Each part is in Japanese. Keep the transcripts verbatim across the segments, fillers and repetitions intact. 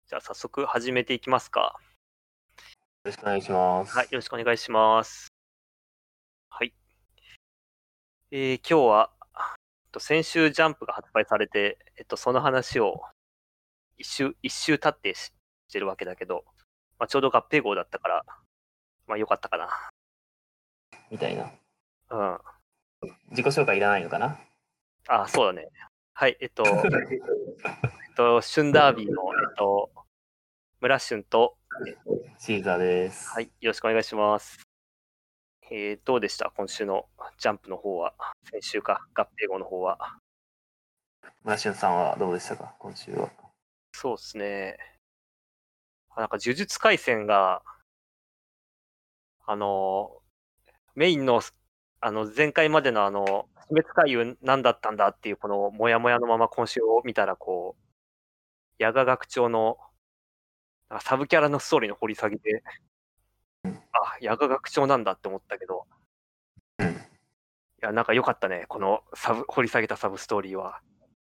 じゃあ早速始めていきますか。 よろしくお願いしまはい、 す。 よろしくお願いします。はい。えー、今日は、えっと先週ジャンプが発売されて、えっと、その話を一周、一周経ってししてるわけだけど、まあ、ちょうど合併号だったから、まあ良かったかな。 みたいな。 うん。 自己紹介いらないのかな。 あ、そうだね。はい、えっと、えっと、旬ダービーの、えっと、村旬と、えシーザーです。 はい、よろしくお願いします。えー、どうでした今週のジャンプの方は。先週か、合併号の方は。 村俊さんはどうでしたか、今週は。 そうですね。なんか呪術廻戦が、あの、メインの、あの、前回までのあの、死滅回遊何だったんだっていうこのモヤモヤのまま今週を見たらこう、矢賀学長のなんかサブキャラのストーリーの掘り下げで、あ、矢賀学長なんだって思ったけど、 うん。 いや、なんか良かったね、このサブ、掘り下げたサブストーリーは。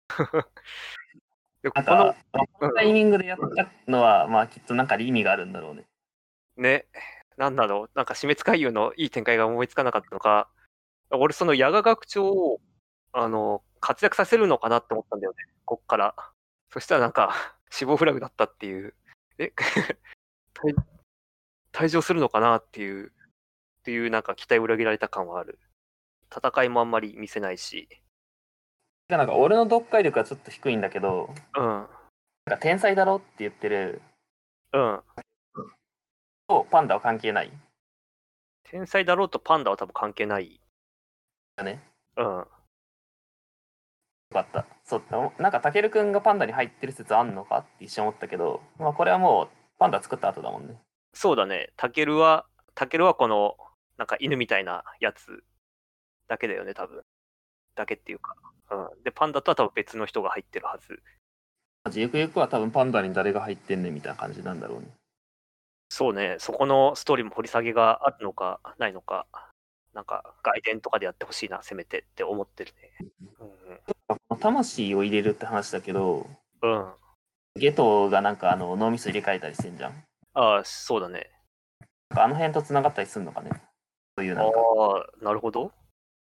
で、この、 なんか、このタイミングでやったのは、まあきっとなんか意味があるんだろうね。 ね、なんだろう、なんか死滅回遊のいい展開が思いつかなかったのか、俺その矢賀学長を、あの、活躍させるのかなって思ったんだよね、こっから。そしたらなんか、死亡フラグだったっていう、え、退退場するのかなっていう、っていうなんか期待を裏切られた感はある。戦いもあんまり見せないし。 なんか俺の読解力はちょっと低いんだけど、 うん、 なんか天才だろって言ってるうん。 とパンダは関係ない天才だろうとパンダは多分関係ない。 よね。 うん。 よかった。そう、なんかたけるくんがパンダに入ってる説あんのかって一瞬思ったけど、まあこれはもうパンダ作った後だもんね。 そうだね。タケルは、タケルはこの、なんか犬みたいなやつだけだよね、多分。だけっていうか。うん。で、パンダとは多分別の人が入ってるはず。 ゆくゆくは多分パンダに誰が入ってんねんみたいな感じなんだろうね。 そうね、そこのストーリーも掘り下げがあるのかないのか、なんか外伝とかでやってほしいな、せめてって思ってるね。 うん、魂を入れるって話だけど、 うん。うん。 ゲトがなんかあの脳みそ入れ替えたりしてんじゃん。 ああ、そうだね。 あの辺と繋がったりするのかね。そういうあなんか。 あ、なるほど。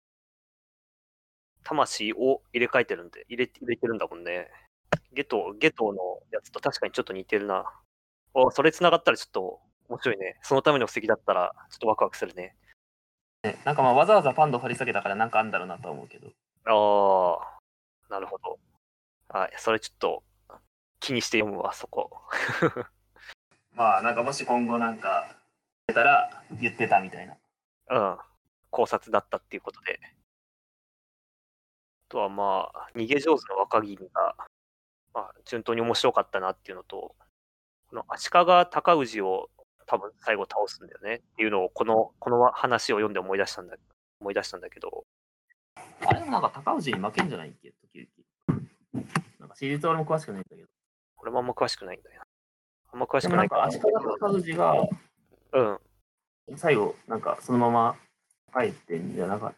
魂を入れ替えてるんで、入れ入れてるんだもんね。ゲト、ゲトのやつと確かにちょっと似てるな。あ、それ繋がったらちょっと面白いね。そのための布石だったら、ちょっとワクワクするね。 ね、なんかまあわざわざパンダを掘り下げたからなんかあんだろうなとは思うけど。 ああ、なるほど。はい、それちょっと気にして読むわ、そこ。 まあなんかもし今後なんか出たら言ってたみたいな。 うん。考察だったっていうことで。あとはまあ、逃げ上手の若君が、まあ、順当に面白かったなっていうのと、この足利尊氏を多分最後倒すんだよねっていうのを、この、この話を読んで思い出したんだ、思い出したんだけど。 あれもなんか高氏に負けんじゃないっけ、時々。なんか史実は俺も詳しくないんだけど。 これもあんま詳しくないんだよな。あんま詳しでもなんくないから。 か足利尊氏がうん。 最後なんかそのまま帰ってんじゃなかった。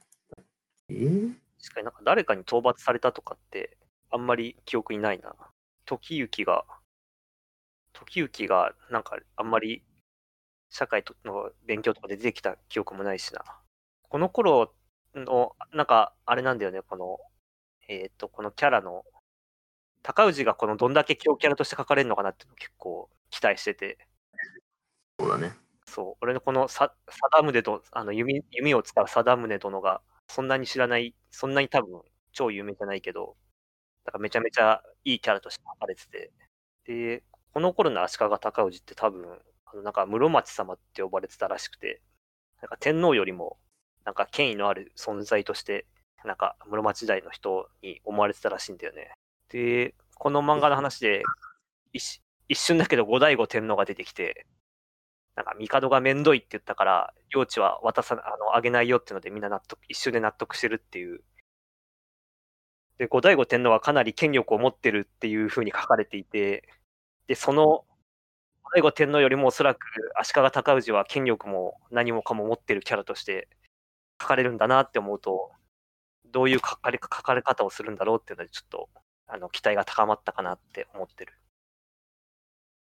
えー、 確かになんか誰かに討伐されたとかって、あんまり記憶にないな。時行が、時行がなんかあんまり社会の勉強とかで出てきた記憶もないしな。この頃の、なんかあれなんだよね、この、えっと、このキャラの、高氏がこのどんだけ強キャラとして書かれるのかなっていうのを結構期待してて。 そうだね。 そう、俺のこのさ貞宗と、あの弓弓を使う貞宗殿が、そんなに知らない、そんなに多分超有名じゃないけど、だからめちゃめちゃいいキャラとして書かれてて、で、この頃の足利尊氏って多分、あのなんか室町様って呼ばれてたらしくて、なんか天皇よりも、なんか権威のある存在として、なんか室町時代の人に思われてたらしいんだよね。で、この漫画の話で、一一瞬だけど後醍醐天皇が出てきて、なんか帝がめんどいって言ったから、領地は渡さあのあげないよっていうのでみんな納得、一瞬で納得してるっていう。で、後醍醐天皇はかなり権力を持ってるっていう風に書かれていて、で、その後醍醐天皇よりもおそらく足利尊氏は権力も何もかも持ってるキャラとして書かれるんだなって思うと、どういう書かれ書かれ方をするんだろうっていうので、ちょっとあの期待が高まったかなって思ってる。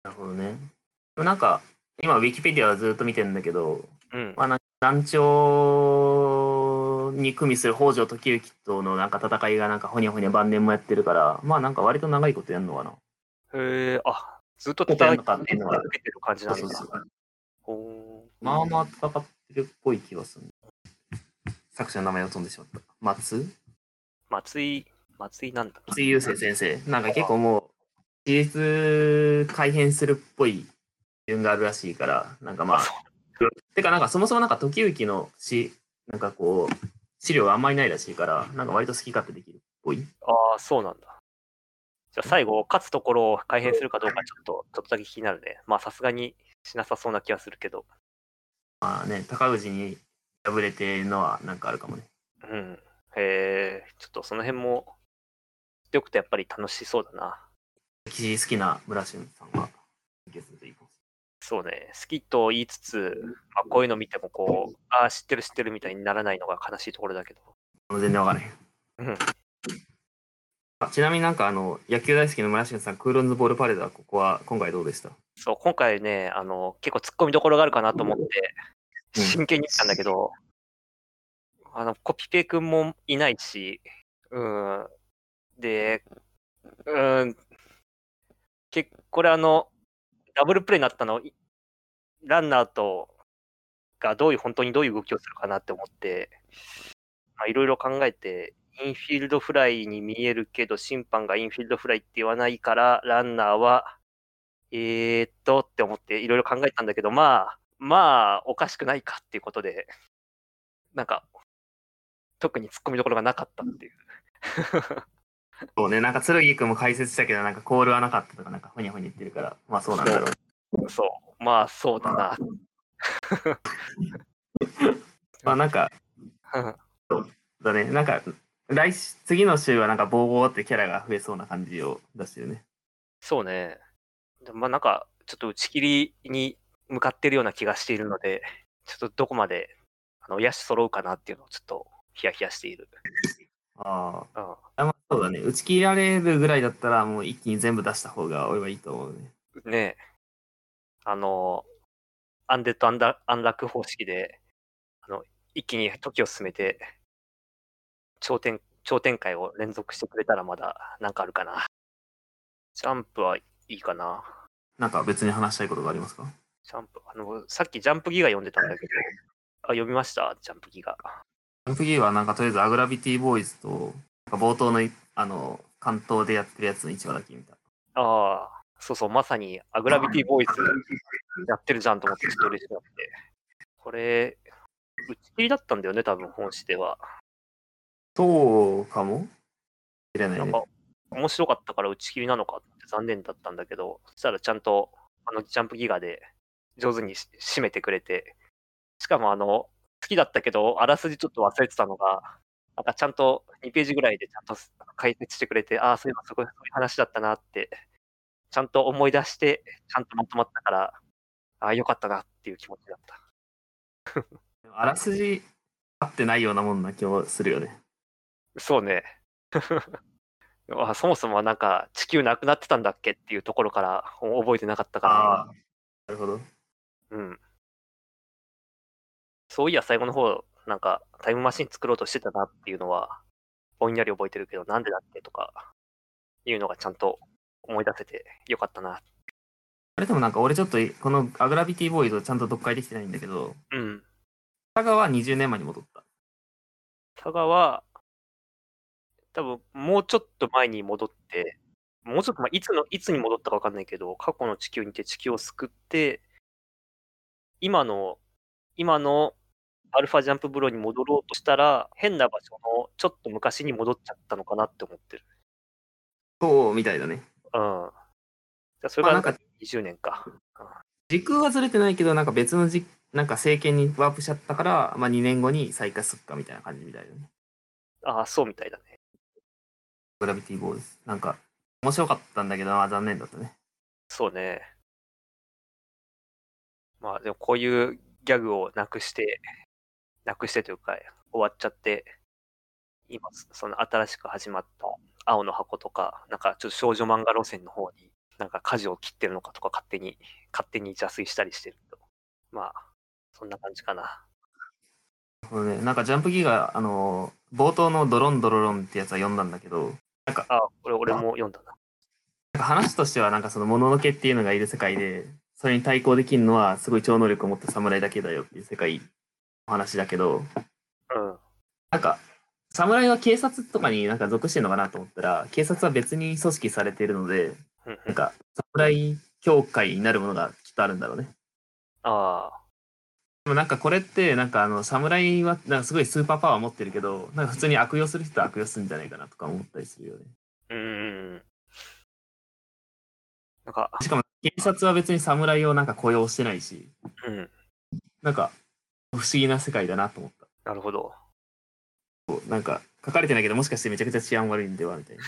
なるほどね。でもなんか、今、ウィキペディアはずっと見てるんだけど、 うん。 まあ、なんか団長に組みする北条時行とのなんか戦いがなんかほにゃほにゃ晩年もやってるから、まあなんか割と長いことやるのかな。 へえ、あ、ずっとことや戦いんのかっていうのは、 続けてる感じなんだ。 そうそうそう。 ほーまあまあ戦ってるっぽい気がする。作者の名前を飛んでしまった。松松井、松井なんだっけ。 松井優生先生。なんか結構もう、史実改変するっぽい順があるらしいから、なんかまあ、 あ、 そう。 てかなんかそもそもなんか時行の詩、なんかこう、資料があんまりないらしいから、なんか割と好き勝手できるっぽい。 ああ、そうなんだ。じゃあ最後、勝つところを改変するかどうかちょっと、ちょっとだけ気になるね。まあさすがにしなさそうな気がするけど。 まあね、高氏に敗れてるのはなんかあるかもね。 うん。へえ、ちょっとその辺も、よくてやっぱり楽しそうだな。 歴史好きな村俊さんは、いけするといいかもしそうね、好きと言いつつ、まあ、こういうの見てもこう、ああ、知ってる知ってるみたいにならないのが悲しいところだけど。 れない。全然わからへん。 うん。 あちなみになんかあの、野球大好きな村俊さん、クーロンズボールパレードはここは今回どうでした？ そう、今回ね、あの、結構突っ込みどころがあるかなと思って、 うん真剣に見たんだけど、あの、コピペ君もいないし、うん。で、うん、けこれあの、ダブルプレイになったの、いランナーとがどういう、本当にどういう動きをするかなって思って、まあ、いろいろ考えて、インフィールドフライに見えるけど、審判がインフィールドフライって言わないから、ランナーは、えーっとって思っていろいろ考えたんだけど、まあ、まあ、おかしくないかっていうことで、なんか、特に突っ込みどころがなかったっていう。 そうね、なんか剣君も解説したけど、なんかコールはなかったとか、なんかふにゃふにゃ言ってるから、まあそうなんだろう。 そう、まあ、そうだな。 まあなんか、だね、なんか、来週、次の週はなんかボーボーってキャラが増えそうな感じを出してるね。 そうね。でまあ、なんか、ちょっと打ち切りに向かってるような気がしているので、ちょっとどこまであの野手揃うかなっていうのをちょっとヒヤヒヤしている。 あうん、 あ。あまあそうだね。打ち切られるぐらいだったら、もう一気に全部出した方が俺はいいと思うね。 ねえ、あの、アンデッド・アンダアンラック方式で、あの一気に時を進めて、超展超展開を連続してくれたらまだなんかあるかな。ジャンプはいいかな。 なんか別に話したいことがありますか？ ジャンプ、あの、さっきジャンプギガ読んでたんだけど、あ、読みましたジャンプギガ。 ジャンプギーはなんかとりあえずアグラビティボーイズと、なんか冒頭のいあの、関東でやってるやつのいちわだけ見た。 ああ、そうそう、まさにアグラビティボーイズやってるじゃんと思ってちょっと嬉しくなって。これ、打ち切りだったんだよね、多分本誌では。 そうかもしれないね。 なんか、面白かったから打ち切りなのかって残念だったんだけど、そしたらちゃんと、あの、ジャンプギガで上手にし締めてくれて、しかもあの、好きだったけど、あらすじちょっと忘れてたのが、なんかちゃんとにページぐらいでちゃんと解説してくれて、ああ、そういえばすごいそういう話だったなって、ちゃんと思い出して、ちゃんとまとまったから、ああ、よかったなっていう気持ちだった。 あらすじ合ってないようなもんな気もするよね。 そうね。あ、そもそもなんか地球なくなってたんだっけっていうところから覚えてなかったから、 ああ、なるほど。 うん。そういや最後の方、なんかタイムマシン作ろうとしてたなっていうのは、ぼんやり覚えてるけど、なんでだっけとかいうのがちゃんと思い出せてよかったな。 あれでもなんか俺ちょっとこのアグラビティボーイズをちゃんと読解できてないんだけど、 うん。 佐賀はにじゅうねんまえに戻った。 佐賀は、多分もうちょっと前に戻って、もうちょっと前、いつの、いつに戻ったかわかんないけど、過去の地球にて地球を救って、今の、今のアルファジャンプ風呂に戻ろうとしたら、変な場所のちょっと昔に戻っちゃったのかなって思ってる。 そうみたいだね。 うん。じゃそれがまあなんかにじゅうねんか。うん、 時空はずれてないけど、なんか別のじなんか政権にワープしちゃったから、まあにねんごに再開すっかみたいな感じみたいだね。 ああ、そうみたいだね。 グラビティボーイズ。なんか面白かったんだけど、まあ残念だったね。 そうね。まあでもこういうギャグをなくして、なくしてというか、終わっちゃって、今、その新しく始まった青の箱とか、なんかちょっと少女漫画路線の方になんか舵を切ってるのかとか勝手に、勝手に邪推したりしてると。まあ、そんな感じかな。 そうね、なんかジャンプギガ、あのー、冒頭のドロンドロロンってやつは読んだんだけど、なんか、 あ、これ俺も読んだな。 なんか話としてはなんかそのもののけっていうのがいる世界で、それに対抗できるのはすごい超能力を持った侍だけだよっていう世界の話だけど、 うん。 なんか、侍は警察とかになんか属してるのかなと思ったら、警察は別に組織されているので、 うんうんなんか、侍協会になるものがきっとあるんだろうね。 ああ、 でもなんかこれって、なんかあの、侍はなんかすごいスーパーパワー持ってるけど、なんか普通に悪用する人は悪用するんじゃないかなとか思ったりするよね。 うんうんうん。なんか、 しかも警察は別に侍をなんか雇用してないし、 うん、 なんか不思議な世界だなと思った。 なるほど。 こうなんか書かれてないけど、もしかしてめちゃくちゃ治安悪いんではみたいな。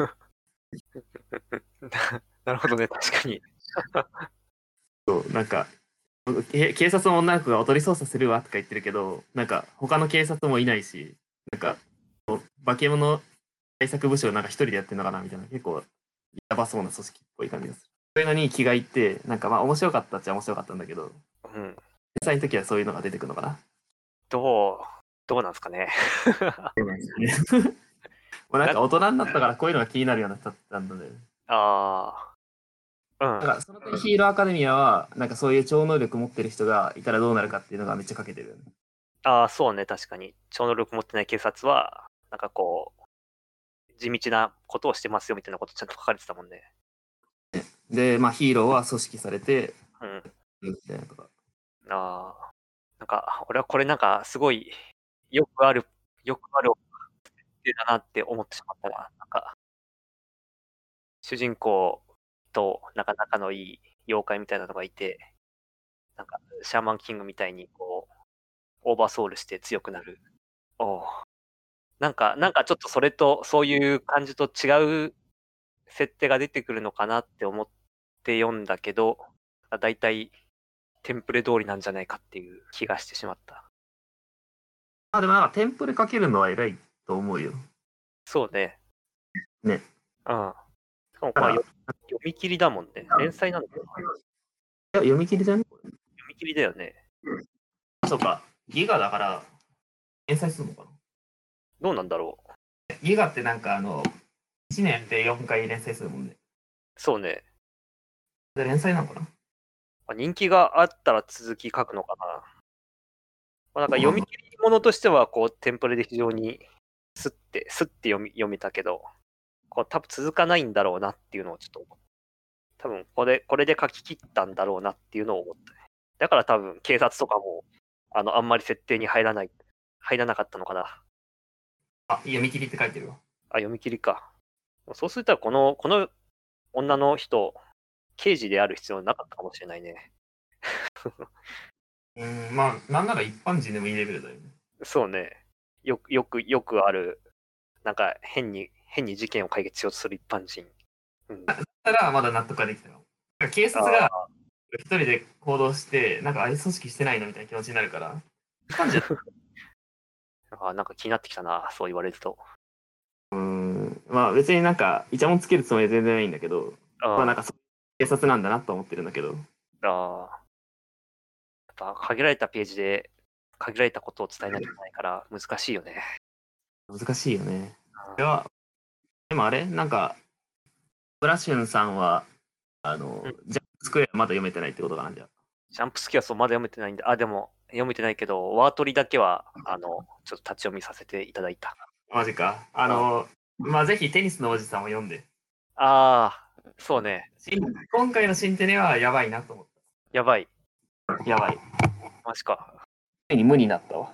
なるほどね、確かに。 そうなんかけ警察の女の子がおとり捜査するわとか言ってるけど、なんか他の警察もいないし、なんか化け物対策部署なんか一人でやってるのかなみたいな、結構やばそうな組織っぽい感じがする。そういうのに気がいって、なんかまあ面白かったっちゃ面白かったんだけど、 うん。 実際の時はそういうのが出てくるのかな。 どう、どうなんですかね。 そうなんですね。もうなんか大人になったからこういうのが気になるようになったんだね。 ああ、うん。 だからその点ヒーローアカデミアは、なんかそういう超能力持ってる人がいたらどうなるかっていうのがめっちゃかけてるよね。 ああ、そうね、確かに。超能力持ってない警察は、なんかこう、地道なことをしてますよみたいなことちゃんと書かれてたもんね。 で、まあヒーローは組織されて、 うん。 みたいなとか。 ああ、なんか、俺はこれなんかすごい、よくある、よくあるってだなって思ってしまったわ。なんか、主人公となかなかのいい妖怪みたいなのがいて、なんか、シャーマンキングみたいにこう、オーバーソウルして強くなる。おうなんか、なんかちょっとそれと、そういう感じと違う設定が出てくるのかなって思って読んだけど、だいたいテンプレ通りなんじゃないかっていう気がしてしまった。 あ、でもなんかテンプレかけるのは偉いと思うよ。 そうね。 ね。 うん。しかもだから、いこれ読読み切りだもんね。連載なのかな。 や読み切りじゃね？ 読み切りだよね。 そうか。ギガだから、連載するのかな？ どうなんだろう。 ギガってなんかあの、いちねんでよんかい連載するもんね。 そうね。 で、連載なのかな？ まあ人気があったら続き書くのかな。まあ、なんか読み切りものとしては、こう、テンプレで非常にスッて、スッて読み読めたけど、こう多分続かないんだろうなっていうのをちょっと思った、多分これ、これで書き切ったんだろうなっていうのを思ったね。だから多分警察とかも、あの、あんまり設定に入らない、入らなかったのかな。 あ、読み切りって書いてるわ。 あ、読み切りか。そうすると、この、この女の人、刑事である必要なかったかもしれないね。 うん、まあ、なんなら一般人でもいいレベルだよね。 そうね。よく、よく、よくある、なんか変に、変に事件を解決しようとする一般人。うん。 だったらまだ納得ができたよ。なんか警察が一人で行動して、なんかあれ組織してないのみたいな気持ちになるから、一般人あ、なんか気になってきたな、そう言われると。 うん、まあ別になんかイチャモンつけるつもりは全然ないんだけど、まあなんかそう警察なんだなと思ってるんだけど。 ああ。やっぱ限られたページで限られたことを伝えなきゃいけないから難しいよね。 難しいよね。いや、でもあれなんか、ブラシュンさんは、あの、 うん、 ジャンプスクエアまだ読めてないってことかな、じゃあ。 ジャンプスキアそうまだ読めてないんで、あ、でも読めてないけど、ワートリだけは、あの、ちょっと立ち読みさせていただいた。 マジか。あの、まあぜひテニスのおじさんを読んで。 ああ、そうね。 今回の新テネはやばいなと思っやばい。 た。やばい。 マジか。 ついに無になったわ。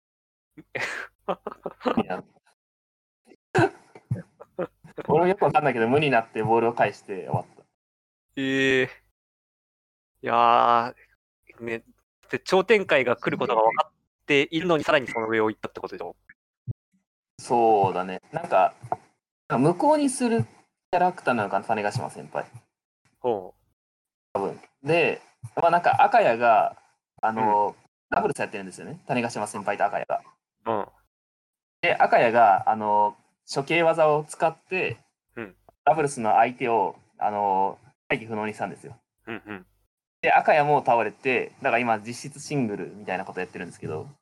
無になった俺もよくわかんないけど、無になってボールを返して終わった。 ええー、いやー、ね、で超展開が来ることが分かっているのに、さらにその上を行ったってことでしょ。 そうだね。なんか、向こうにするキャラクターなのかな、種子島先輩。 ほで、まあなんか赤谷が、あの、うん、ダブルスやってるんですよね。種子島先輩と赤谷が。 う。うん。 で、赤谷が、あの、処刑技を使って、 うん、 ダブルスの相手を、あの、 回避不能にしたんですよ。 うんうん。 で、赤谷も倒れて、だから今実質シングルみたいなことやってるんですけど、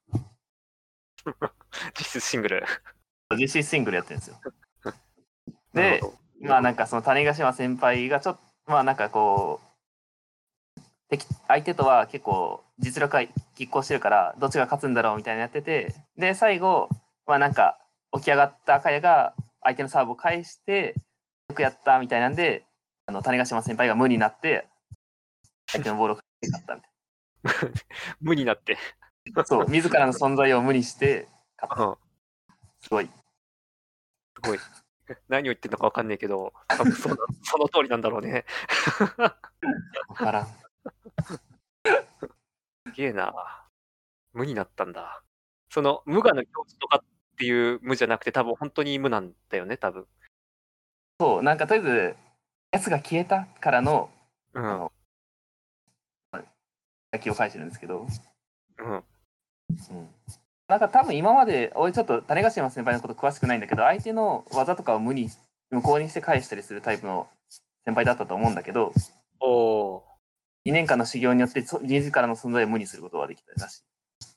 実質シングル。 実質シングルやってるんですよ。で、 なるほど。 まあなんかその種子島先輩がちょっと、まあなんかこう、敵相手とは結構実力が拮抗してるから、どっちが勝つんだろうみたいなのやってて、で、最後、まあなんか起き上がった赤谷が相手のサーブを返して、よくやったみたいなんで、あの種子島先輩が無になって、相手のボールを返して勝ったみたい無になって。 な。そう、自らの存在を無にして勝うん。 った。すごい。 すごい。何を言ってるのかわかんないけど、多分そのその通りなんだろうね。 わからん。 すげえな。無になったんだ。その無我の境地とかっていう無じゃなくて、多分本当に無なんだよね、多分。 そう、なんかとりあえず、奴が消えたからの、 うん。 あの、野球を返してるんですけど、 うん。 うん、なんか多分今まで、俺ちょっと種子島先輩のこと詳しくないんだけど、相手の技とかを無に、無効にして返したりするタイプの先輩だったと思うんだけど、 おお。 にねんかんの修行によってそ自らの存在を無にすることができたらしい。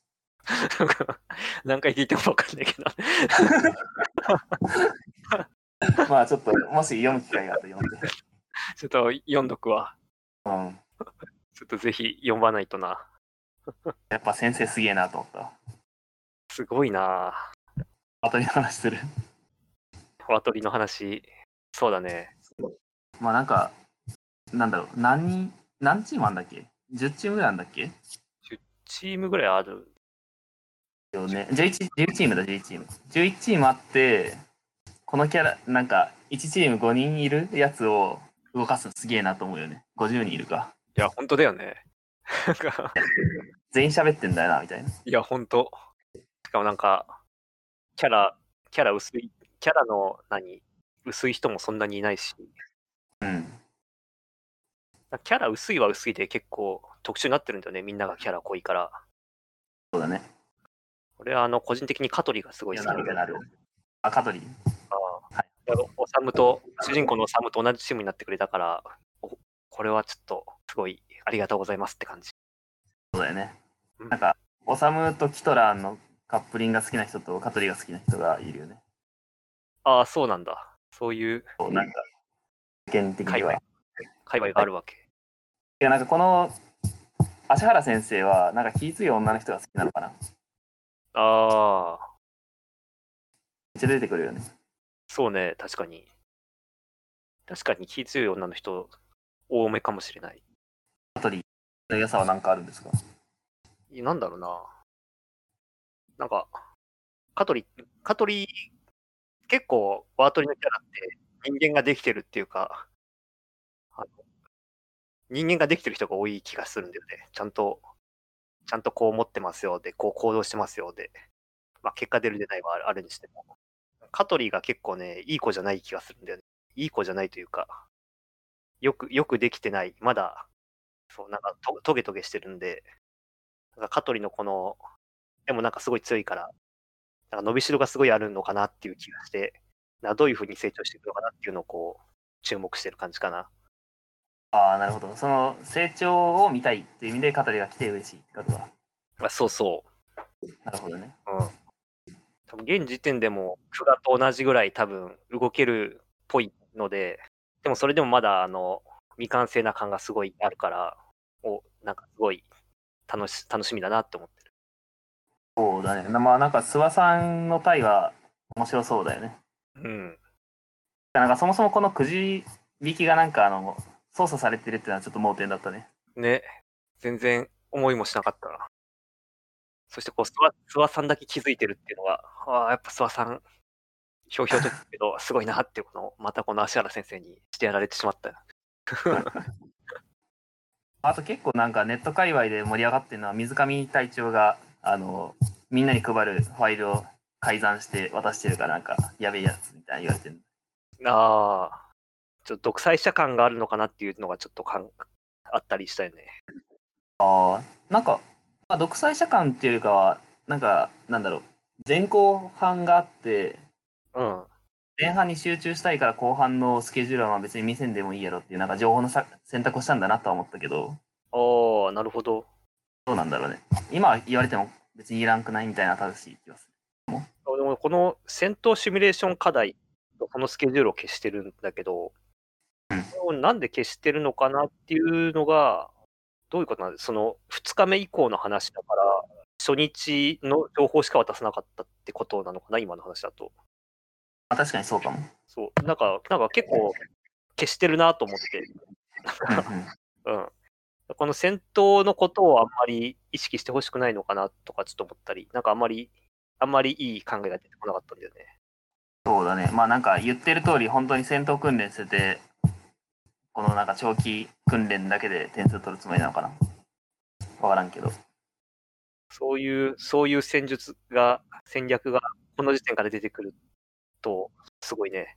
何回聞いても分かんないけど。 まあちょっと、もし読む機会があったら読んで。 ちょっと読んどくわ。 うん。 ちょっとぜひ読まないとな。 やっぱ先生すげえなと思った。 すごいな。 後に話する。 ワトリの話、そうだね。 まあなんか、なんだろう、何人、何チームあんだっけ ?じゅう チームぐらいあんだっけじゅうチームぐらいある。 よね。じゅういち、じゅうチームだ、じゅういちチーム。じゅういちチームあって、このキャラ、なんか、いちチームごにんいるやつを動かすのすげえなと思うよね。ごじゅうにんいるか。 いや、本当だよね。なんか全員喋ってんだよな、みたいな。 いや、本当。しかもなんか、キャラ、キャラ薄い、キャラの何、薄い人もそんなにいないし、 うん。 キャラ薄いは薄いで結構特殊になってるんだよね、みんながキャラ濃いから。 そうだね。 俺はあの個人的に香取がすごい好きなるなる。あ、香取。 あはい。 おさむと、主人公のおさむと同じチームになってくれたから、おこれはちょっとすごいありがとうございますって感じ。 そうだよね。 うんなんか、おさむとキトランのカップリンが好きな人と香取が好きな人がいるよね。 ああ、そうなんだ。そういうそうなんか、世間的には。い界隈があるわけ。 や、なんかこの、芦原先生は、なんか気強い女の人が好きなのかな。めっああ、 ちゃ出てくるよね。 そうね、確かに。確かに気強い女の人、多めかもしれない。 香取の良さは何かあるんですか？ いやなんだろうな。なんか、香取、香取、結構、ワートリのキャラって人間ができてるっていうか、あの人間ができてる人が多い気がするんだよね。ちゃんと、ちゃんとこう思ってますよで、こう行動してますよで、まあ、結果出る出ないはあるにしても、香取が結構ね、いい子じゃない気がするんだよね。いい子じゃないというか、よく、よくできてない、まだ、そう、なんかトトゲトゲしてるんで、なんか香取のこの、でもなんかすごい強いから、なんか伸びしろがすごいあるのかなっていう気がして、なんかどういう風に成長していくのかなっていうのをこう、注目してる感じかな。 ああ、なるほど。その成長を見たいっていう意味で香取が来て嬉しいってことは。 あそうそなるほどね。 う。うん。多分現時点でも、久我と同じぐらい多分動けるっぽいので、でもそれでもまだあの、未完成な感がすごいあるから、お、なんかすごい楽し楽しみだなって思ってる。 そうだね。まあなんか諏訪さんの回は面白そうだよね。 うん。 なんかそもそもこのくじ引きがなんかあの操作されてるっていうのはちょっと盲点だったね。 ね。全然思いもしなかったな。そしてこう、諏訪諏訪さんだけ気づいてるっていうのは、ああ、やっぱ諏訪さん、ひょうひょうと言ってるけど、すごいなって、この、またこの芦原先生にしてやられてしまったよ。 あと結構なんかネット界隈で盛り上がってるのは水上隊長があのみんなに配るファイルを改ざんして渡してるからなんかやべえやつみたいな言われてる。 ああ、ちょっと独裁者感があるのかなっていうのがちょっとかんあったりしたよね。 なんか、まあ、独裁者感っていうよりかはなんかなんだろう前後半があってうん。 前半に集中したいから後半のスケジュールは別に見せんでもいいやろっていうなんか情報のさ選択をしたんだなとは思ったけど、 ああ、なるほど。 どうなんだろうね。今言われても別にいらんくないみたいな正しい気がする。 でもこの戦闘シミュレーション課題とこのスケジュールを消してるんだけど、うん、なんで消してるのかなっていうのが、どういうことなんですか？そのふつかめ以降の話だから、初日の情報しか渡さなかったってことなのかな、今の話だと。 まあ、確かにそうかも。 そう、なんか、なんか結構消してるなと思って。うん、うん。この戦闘のことをあんまり意識してほしくないのかなとかちょっと思ったり、なんかあんまり、あんまりいい考えが出てこなかったんだよね。 そうだね。まあなんか言ってる通り、本当に戦闘訓練してて、このなんか長期訓練だけで点数取るつもりなのかな。わからんけど。 そういう、そういう戦術が、戦略がこの時点から出てくると、すごいね。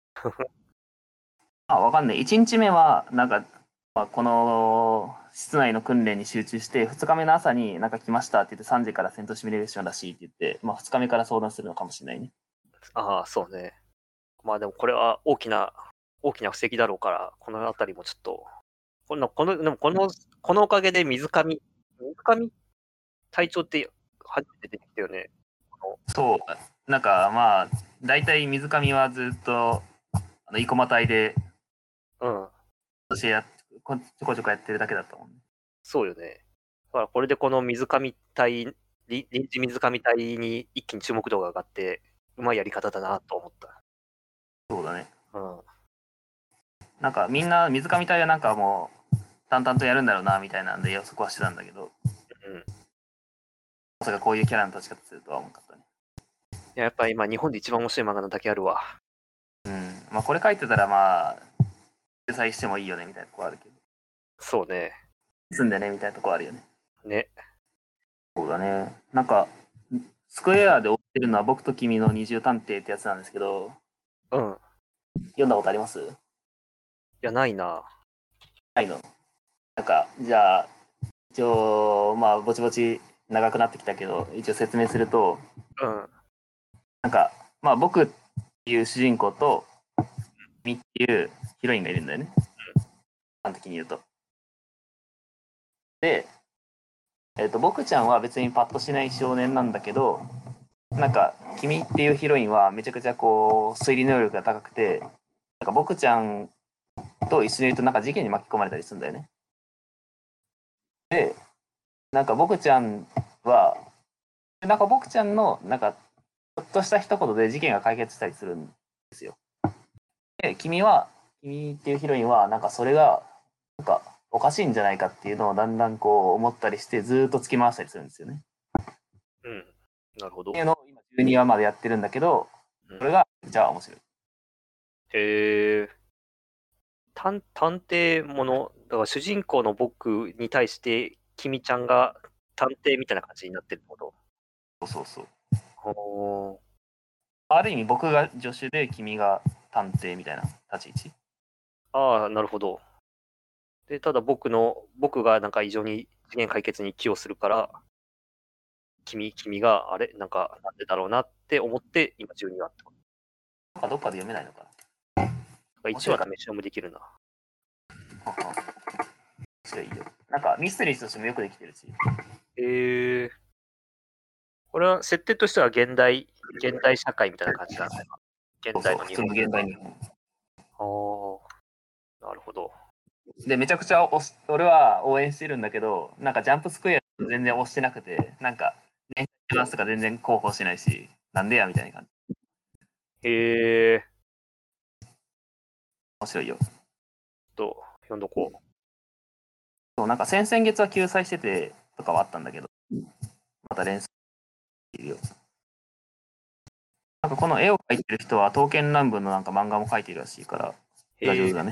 あ、わかんない。いちにちめは、なんか、まあ、この室内の訓練に集中して、ふつかめの朝になんか来ましたって言って、さんじから戦闘シミュレーションらしいって言って、まあ、ふつかめから相談するのかもしれないね。 ああ、そうね。まあでもこれは大きな、大きな布石だろうから、このあたりもちょっと、この、この、でもこの、このおかげで水上、水上隊長って初めて出てきたよね。 そう。なんかまあ、大体水上はずっと、あの、生駒隊で、 うん。 私や、こちょこちょこやってるだけだったもんね。 そうよね。だからこれでこの水上隊、臨時水上隊に一気に注目度が上がって、うまいやり方だなと思った。 そうだね。 うん。 なんかみんな水上隊はなんかもう淡々とやるんだろうなみたいなんで予測はしてたんだけど、 うん。 まさかこういうキャラの立ち方するとは思わなかったね。 いや、やっぱ今日本で一番面白い漫画のだけあるわ。 うん。まあこれ書いてたらまあ、主催してもいいよねみたいなとこあるけど。 そうね。 住んでねみたいなとこあるよね。 ね。 そうだね。なんか、スクエアで追ってるのは僕と君の二重探偵ってやつなんですけど、 うん。 読んだことあります？ いや、ないな。 ないの。なんか、じゃあ、一応、まあ、ぼちぼち長くなってきたけど、一応説明すると、 うん。 なんか、まあ、僕っていう主人公と、君っていうヒロインがいるんだよね。端的に言うと。で、えっと、僕ちゃんは別にパッとしない少年なんだけど、なんか、君っていうヒロインはめちゃくちゃこう、推理能力が高くて、なんか僕ちゃんと一緒にいるとなんか事件に巻き込まれたりするんだよね。で、なんか僕ちゃんは、なんか僕ちゃんの、なんか、ちょっとした一言で事件が解決したりするんですよ。で、君は、君っていうヒロインは、なんかそれが、なんかおかしいんじゃないかっていうのをだんだんこう思ったりして、ずーっと突き回したりするんですよね。 うん。なるほど。 っていうのを今じゅうにわまでやってるんだけど、 うんそれが、じゃあ面白い。 へえ。探探偵もの、だから主人公の僕に対して、君ちゃんが探偵みたいな感じになってるってこと？ そうそうそう。 ほー。 ある意味僕が助手で君が探偵みたいな立ち位置。 ああ、なるほど。で、ただ僕の、僕がなんか異常に事件解決に寄与するから、君、君が、あれなんか、なんでだろうなって思って、今じゅうにわってこなんかどっかで読めないのかと。いちわ試し読みできるな。 な。面白いよ。なんかミステリーとしてもよくできてるし。 へえ。これは設定としては現代、現代社会みたいな感じなのかな。現代の日本。 普通の現代日本。 ああ、なるほど。 で、めちゃくちゃ押し俺は応援してるんだけど、なんかジャンプスクエア全然押してなくて、なんか、電車バランスとか全然広報しないし、なんでやみたいな感じ。 へえ。 面白いよ。 と、読んどこう。 そうなんか先々月は救済しててとかはあったんだけど、また連載しているよ。なんかこの絵を描いてる人は刀剣乱舞のなんか漫画も描いてるらしいから、絵が上手だね。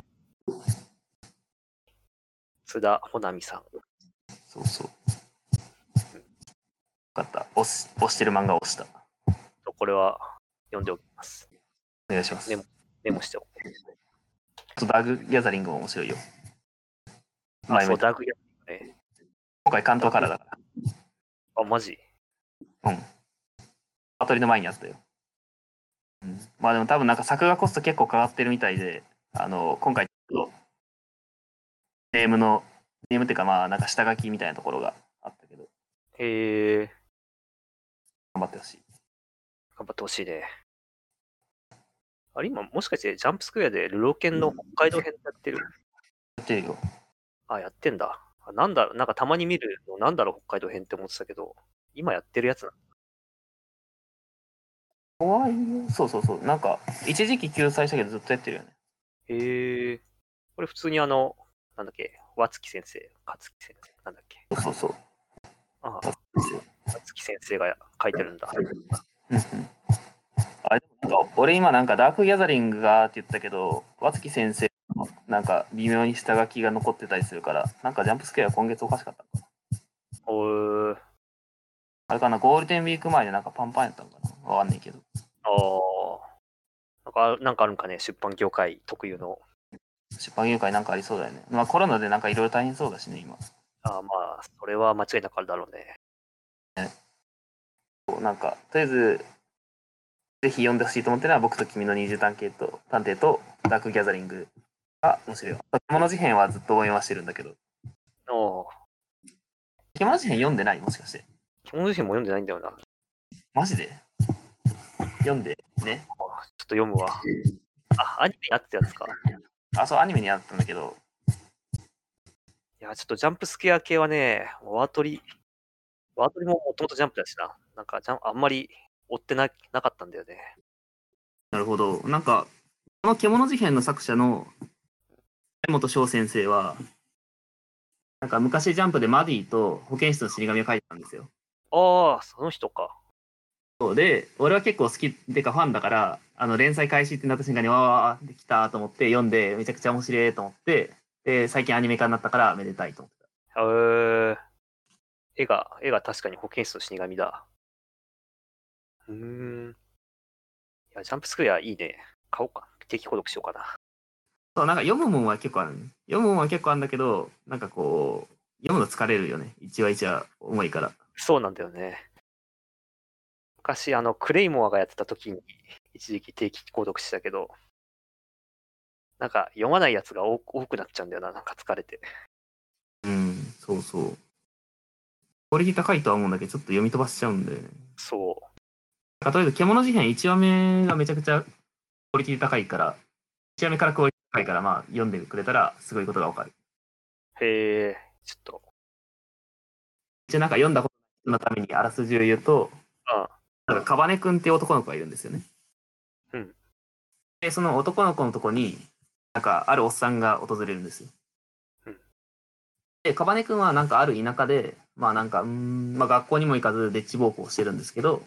津田穂波さん。 そうそう。よかった。押し押してる漫画を押した。 これは読んでおきます。 お願いします。 メモメモしておこう。 あとダーグギャザリングも面白いよ。 あ、そう、ダークギャザリングね。 今回関東からだから。 あ、マジ？ うん。バトルの前にあったよ。 うん、まあでも多分なんか作画コスト結構かかってるみたいで、あの今回ちょっとネームのネームっていうかまあなんか下書きみたいなところがあったけど、 へえ、 頑張ってほしい。 頑張ってほしいね。あれ、今もしかしてジャンプスクエアでルロケンの北海道編やってる？ やってるよ。 あ、やってんだ。あ、なんだろう、なんかたまに見るの、なんだろう、北海道編って思ってたけど、今やってるやつな怖いよ。そうそうそう。なんか一時期救済したけどずっとやってるよね。 の？へえ、これ普通にあの、なんだっけ、和月先生、勝月先生、なんだっけ。 そうそうそう。 ああ、和月先生が書いてるんだ。 うんうん。あれでもなんか俺今なんかダークギャザリングがって言ったけど、和月先生のなんか微妙に下書きが残ってたりするから、なんかジャンプスケア今月おかしかったのかな。 おー、 あれかな、ゴールデンウィーク前でなんかパンパンやったのかな、わかんないけど。 ああ、なんか、なんかあるんかね、出版業界特有の。 出版業界なんかありそうだよね。まあコロナでなんかいろいろ大変そうだしね、今。 ああ、まあ、それは間違いなくあるだろうね。 なんか、とりあえず、ぜひ読んでほしいと思ってるのは、僕と君の二重探偵と、探偵とダークギャザリングが面白いよ。獣事変はずっと読ましてるんだけど、 おー、 獣事変読んでないもしかして。 獣自身も読んでないんだよな。 マジで読んでね。 ちょっと読むわ。あ、アニメにあったやつか。 あ、そう、アニメにあったんだけど、 いや、ちょっとジャンプスケア系はね、ワートリ、ワートリももともとジャンプだしな。なんかジャン、あんまり追ってななかったんだよね。 なるほど。なんか、この獣事変の作者の江本翔先生は、なんか昔ジャンプでマディと保健室の死神を書いてたんですよ。 ああ、その人か。 そうで、俺は結構好きでかファンだから、あの連載開始ってなった瞬間に、わー、できたと思って読んで、めちゃくちゃ面白いと思って、で、最近アニメ化になったからめでたいと思ってた。 えー、絵が、絵が確かに保健室の死神だ。うーん。いや、ジャンプスクエアいいね。買おうか。定期購読しようかな。 そう、なんか読むもんは結構あるね。読むもんは結構あるんだけど、なんかこう、読むの疲れるよね。一話一話重いから。 そうなんだよね。昔、あの、クレイモアがやってた時に、一時期定期購読してたけど、なんか読まないやつが多多くなっちゃうんだよな。なんか疲れて。 うん、そうそう。クオリティ高いとは思うんだけど、ちょっと読み飛ばしちゃうんだよね。 そなんかとりあえず、獣事変いちわめがめちゃくちゃクオリティ高いから、いちわめからクオリティ高いから、まあ、読んでくれたらすごいことがわかる。 う。へえ、ちょっと。 一応なんか読んだことのためにあらすじを言うと、 あなんかカバネ君っていう男の子がいるんですよね。 うん。 で、その男の子のとこに、なんかあるおっさんが訪れるんですよ。 うん。 で、カバネ君はなんかある田舎で、まあなんか、うん、まあ学校にも行かず、でっち奉公してるんですけど、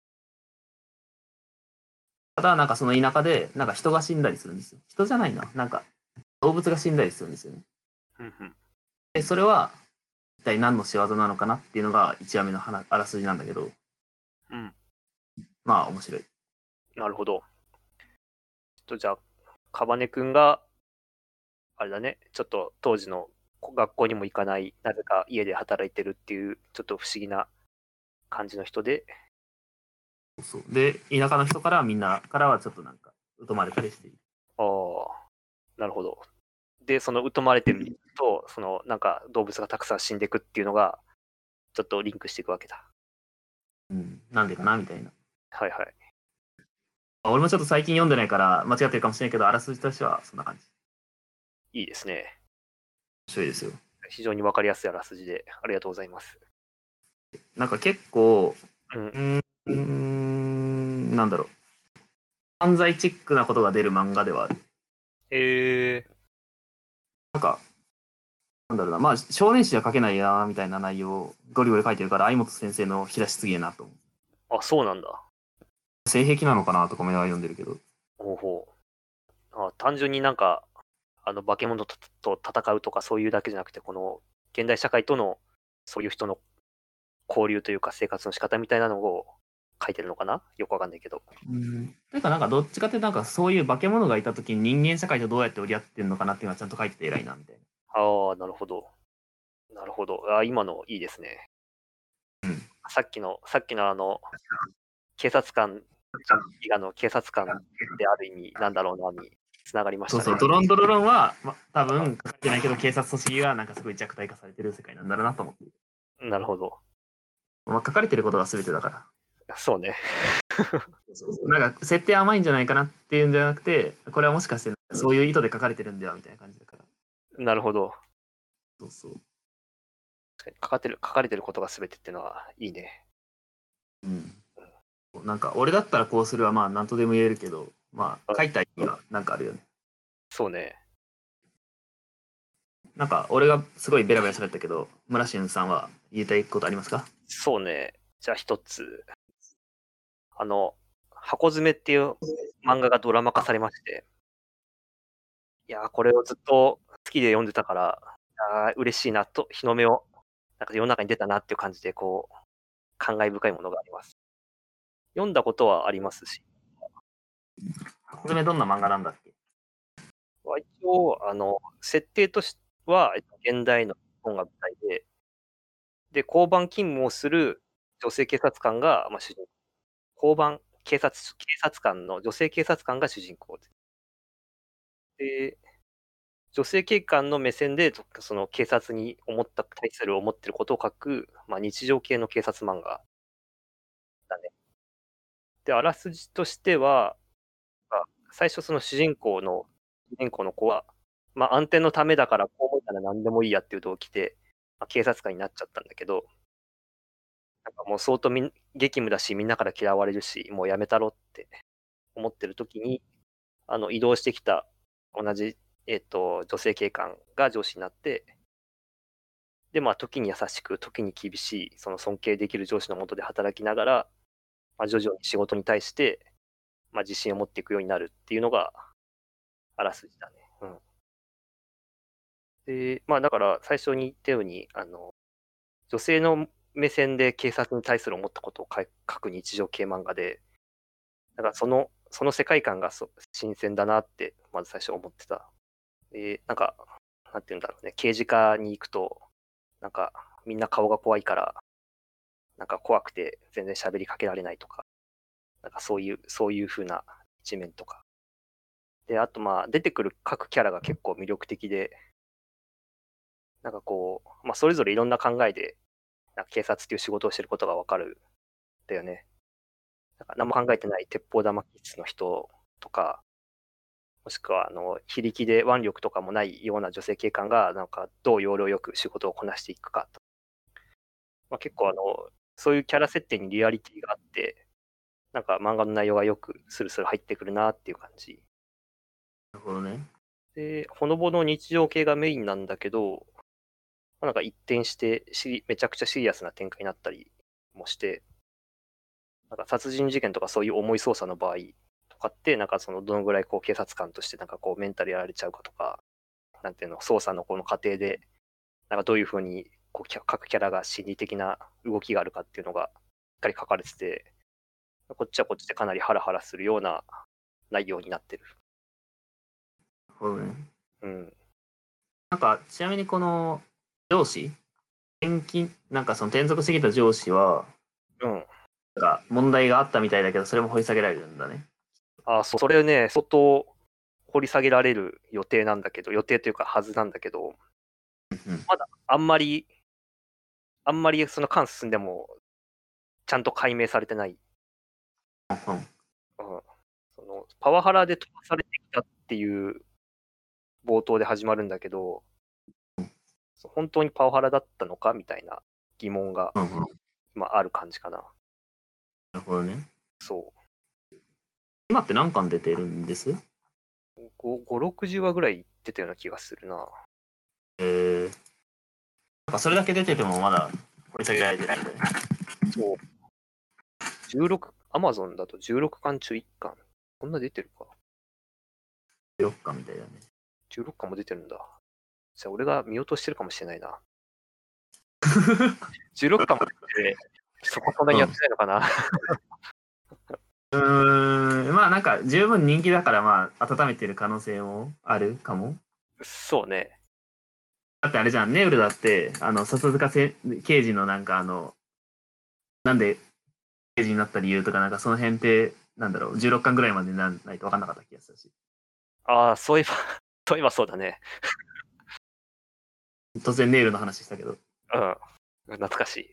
ただなんかその田舎で、なんか人が死んだりするんですよ。人じゃないな。なんか動物が死んだりするんですよね。 うんうん。 で、それは一体何の仕業なのかなっていうのがいちわめの話あらすじなんだけど、 うん。 まあ面白い。 なるほど。ちょっとじゃあ、カバネ君が、あれだね、ちょっと当時の学校にも行かない、なぜか家で働いてるっていう、ちょっと不思議な感じの人で、 そうで、田舎の人からみんなからはちょっとなんか疎まれたりしている。 ああ、なるほど。で、その疎まれてる人と、そのなんか動物がたくさん死んでいくっていうのが、ちょっとリンクしていくわけだ。 うん、なんでかなみたいな。 はいはい。 俺もちょっと最近読んでないから間違ってるかもしれないけど、あらすじとしてはそんな感じ。 いいですね。 面白いですよ。 非常にわかりやすいあらすじで、ありがとうございます。 なんか結構、 うん。 うーん、うーんなんだろう。犯罪チックなことが出る漫画ではある。 えー、 なんか、なんだろうな。まあ、少年誌では書けないな、みたいな内容をゴリゴリ書いてるから、相本先生の引き出しすげえなと思う。 あ、そうなんだ。 性癖なのかなとか思いながら読んでるけど。 ほうほう。あ、単純になんか、あの化け物とと戦うとかそういうだけじゃなくて、この現代社会とのそういう人の交流というか生活の仕方みたいなのを書いてるのかな、よくわかんないけど。 うん。というか、なんかどっちかっていうとなんかそういう化け物がいた時に人間社会とどうやって折り合ってるのかなっていうのはちゃんと書いてて偉いな、みたいな。 ああ、なるほど。なるほど。あ、今のいいですね。 うん。 さっきの、さっきのあの、警察官ちゃんあの警察官である意味なんだろうなにつながりましたね。 そうそう、ドロンドロロンは、ま、多分書かれてないけど、警察組織がなんかすごい弱体化されてる世界なんだろうなと思っている。 なるほど。 まあ、書かれてることが全てだから。 そうね。 なんか設定甘いんじゃないかなっていうんじゃなくて、これはもしかしてそういう意図で書かれてるんではみたいな感じだから。 なるほど。 そうそう。 書かれてる書かれてることが全てっていうのはいいね。 うん。なんか俺だったらこうするはまあ何とでも言えるけど、まあ書いた意味はなんかあるよね。 そうね。 なんか俺がすごいベラベラ喋ったけど、村俊さんは言いたいことありますか？ そうね。じゃあ一つ。あの、箱詰めっていう漫画がドラマ化されまして。いやー、これをずっと好きで読んでたから、あ嬉しいなと、日の目を、なんか世の中に出たなっていう感じで、こう、感慨深いものがあります。読んだことはありますし。 箱詰めどんな漫画なんだっけ？ 一応、あの、設定としては、現代の日本が舞台で、で、交番勤務をする女性警察官が、まあ、主人公。交番、警察、警察官の、女性警察官が主人公で。で、女性警官の目線で、その警察に思った、対する思ってることを書く、まあ、日常系の警察漫画だね。で、あらすじとしては、最初その主人公の、主人公の子は、まあ、安定のためだから、こう思ったら何でもいいやっていう動機で、まあ、警察官になっちゃったんだけど、なんかもう相当みん激務だし、みんなから嫌われるし、もうやめたろって思ってる時に、あの移動してきた同じ、えっと、女性警官が上司になって、で、まあ、時に優しく、時に厳しい、その尊敬できる上司の下で働きながら、まあ、徐々に仕事に対して、まあ、自信を持っていくようになるっていうのが、あらすじだね。うん。で、まあ、だから最初に言ったように、あの、女性の目線で警察に対する思ったことを書く日常系漫画で、だからその、その世界観がそ新鮮だなって、まず最初思ってた。で、なんか、なんて言うんだろうね、刑事課に行くと、なんか、みんな顔が怖いから、なんか怖くて全然喋りかけられないとか、なんかそういう、そういう風な一面とか。で、あとまあ、出てくる各キャラが結構魅力的で、なんかこう、まあ、それぞれいろんな考えで、なんか警察っていう仕事をしてることがわかるんだよね。なんか何も考えてない鉄砲玉気質の人とか、もしくは、あの、非力で腕力とかもないような女性警官が、なんか、どう要領よく仕事をこなしていくかと。まあ、結構、あの、そういうキャラ設定にリアリティがあって、なんか漫画の内容がよくスルスル入ってくるなっていう感じ。 なるほどね。 で、ほのぼの日常系がメインなんだけど、なんか一転してしめちゃくちゃシリアスな展開になったりもして、なんか殺人事件とかそういう重い捜査の場合とかって、なんかそのどのぐらいこう警察官としてなんかこうメンタルやられちゃうかとか、なんていうの、捜査のこの過程で、なんかどういうふうにこう各キャラが心理的な動きがあるかっていうのがしっかり書かれてて、こっちはこっちでかなりハラハラするような内容になってる。 なるほどね。 うん。 なんかちなみにこの上司、転勤、なんかその転属してきた上司は、 うん。 なんか問題があったみたいだけど、それも掘り下げられるんだね。 あ、そう、それね、相当掘り下げられる予定なんだけど、予定というかはずなんだけど、まだあんまり、あんまりその間進んでも、ちゃんと解明されてない。 うんうん。 うん、そのパワハラで飛ばされてきたっていう冒頭で始まるんだけど、本当にパワハラだったのかみたいな疑問がうんうん。 今ある感じかな。 なるほどね。 そ今って何巻出てるんです？ う。ご、ろくじゅうわぐらい出たような気がするな。 えー、なんかそれだけ出ててもまだ掘り下げられてないんだよね。 そう。じゅうろく、アマゾンだとじゅうろっかん中いっかん。こんな出てるか。 じゅうろっかんみたいだね。 じゅうろっかんも出てるんだ。じゃあ俺が見落としてるかもしれないな。じゅうろっかんも出てて、そこそんなにやってないのかな。 うーん、まあなんか十分人気だからまあ温めてる可能性もあるかも。 そうね。 だってあれじゃん、ネウルだってあの笹塚せ刑事のなんかあのなんで刑事になった理由とかなんかその辺ってなんだろう、じゅうろっかんぐらいまでならないと分かんなかった気がするし。 ああ、そういえば、そういえばそうだね。 突然ネイルの話したけど。 うん。懐かしい。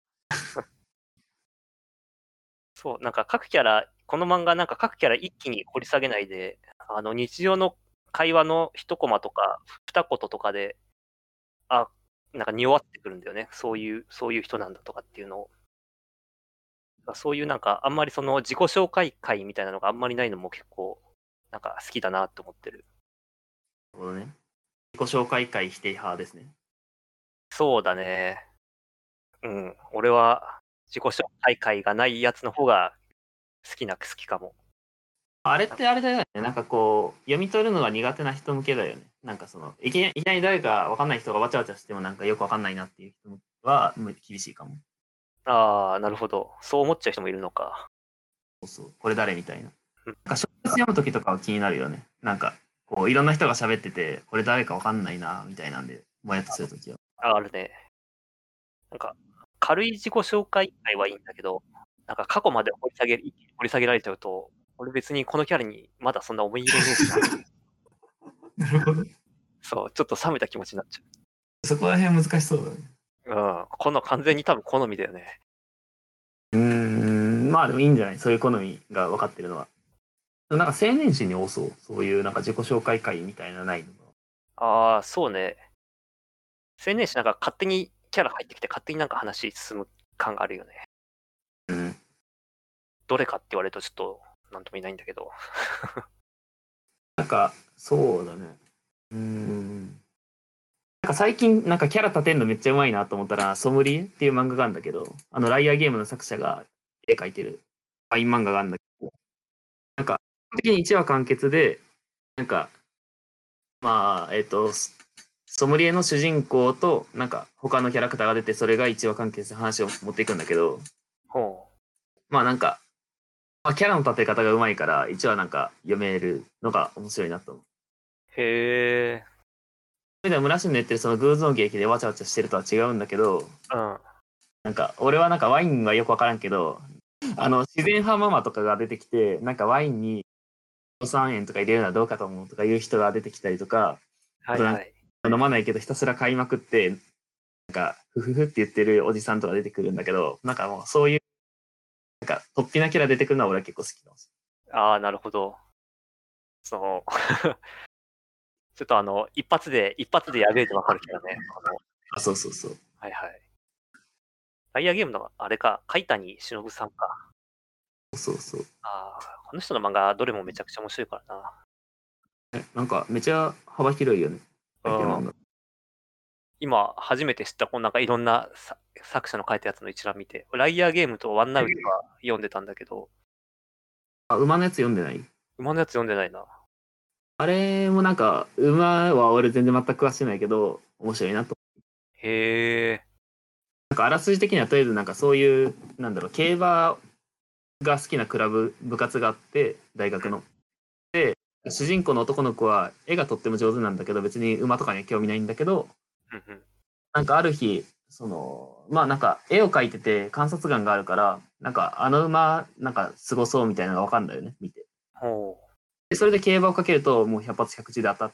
そう、なんか各キャラ、この漫画なんか各キャラ一気に掘り下げないで、あの日常の会話の一コマとか二言とかで、あ、なんか匂わってくるんだよね。そういう、そういう人なんだとかっていうのを。そういうなんかあんまりその自己紹介会みたいなのがあんまりないのも結構なんか好きだなって思ってる。 なるほどね。自己紹介会否定派ですね。 そうだね。うん。俺は自己紹介会がないやつの方が好きな好きかも。 あれってあれだよね。なんかこう、読み取るのが苦手な人向けだよね。なんかその、いきなりいきなり誰か分かんない人がわちゃわちゃしてもなんかよく分かんないなっていう人は厳しいかも。 ああ、なるほど。そう思っちゃう人もいるのか。 そうそう。これ誰みたいな。 うん。 なんか小説読むときとかは気になるよね。なんか、こう、いろんな人が喋ってて、これ誰か分かんないな、みたいなんで、もやっとするときは。 ああるね。なんか、軽い自己紹介会はいいんだけど、なんか過去まで掘り下げ、掘り下げられちゃうと、俺別にこのキャラにまだそんな思い入れねえしな。 なるほど。 そう、ちょっと冷めた気持ちになっちそこら辺難しそうだね。 ゃう。うん。この完全に多分好みだよね。 うーん、まあでもいいんじゃない？そういう好みが分かってるのは。なんか青年誌に多そう。そういうなんか自己紹介会みたいなないのが。 ああ、そうね。青年誌なんか勝手にキャラ入ってきて勝手になんか話進む感があるよね。 うん。 どれかって言われるとちょっとなんとも言えないんだけど。 なんか、そうだね。うーん。なんか最近なんかキャラ立てるのめっちゃうまいなと思ったら、ソムリエっていう漫画があるんだけど、あのライアーゲームの作者が絵描いてるワイン漫画があるんだけど、なんか、基本的にいちわ完結で、なんか、まあ、えっ、と、ソムリエの主人公と、なんか、他のキャラクターが出て、それがいちわ完結で話を持っていくんだけど、 ほまあなんか、まあ、キャラの立て方がうまいから、いちわなんか読めるのが面白いなと思う。 う。へえ。 それでは村氏の言ってるその偶像劇でわちゃわちゃしてるとは違うんだけど、 うん。 なんか、俺はなんかワインはよくわからんけど、あの、自然派ママとかが出てきて、なんかワインに予算円とか入れるのはどうかと思うとかいう人が出てきたりとか、あとなんかはいはい。 飲まないけどひたすら買いまくって、なんか、ふふふって言ってるおじさんとか出てくるんだけど、なんかもうそういう、なんか、突飛なキャラ出てくるのは俺は結構好きかもしああ、なるほど。その、ちょっとあの、一発で、一発でやべえとわかるキャラね。この、 れない。あ、そうそうそう。 はいはい。ダイヤゲームの、あれか、海谷忍さんか。 そうそう。 ああ、この人の漫画、どれもめちゃくちゃ面白いからな。 えなんか、めちゃ幅広いよね。 うん。 書いてる漫画。 今、初めて知った、このなんかいろんなさ作者の書いたやつの一覧見て、ライアーゲームとワンナウトは読んでたんだけど、 あ、馬のやつ読んでない？ 馬のやつ読んでないな。 あれもなんか、馬は俺全然全く詳しいないけど、面白いなと。 へえ、 なんか、あらすじ的にはとりあえずなんかそういう、なんだろう、競馬が好きなクラブ、部活があって、大学の。で、主人公の男の子は絵がとっても上手なんだけど、別に馬とかには興味ないんだけど、 うんうん。 なんかある日、その、まあなんか絵を描いてて観察眼があるから、なんかあの馬、なんかすごそうみたいなのがわかんだよね、見て。 ほで、それで競馬をかけるともう百発百中で当たって、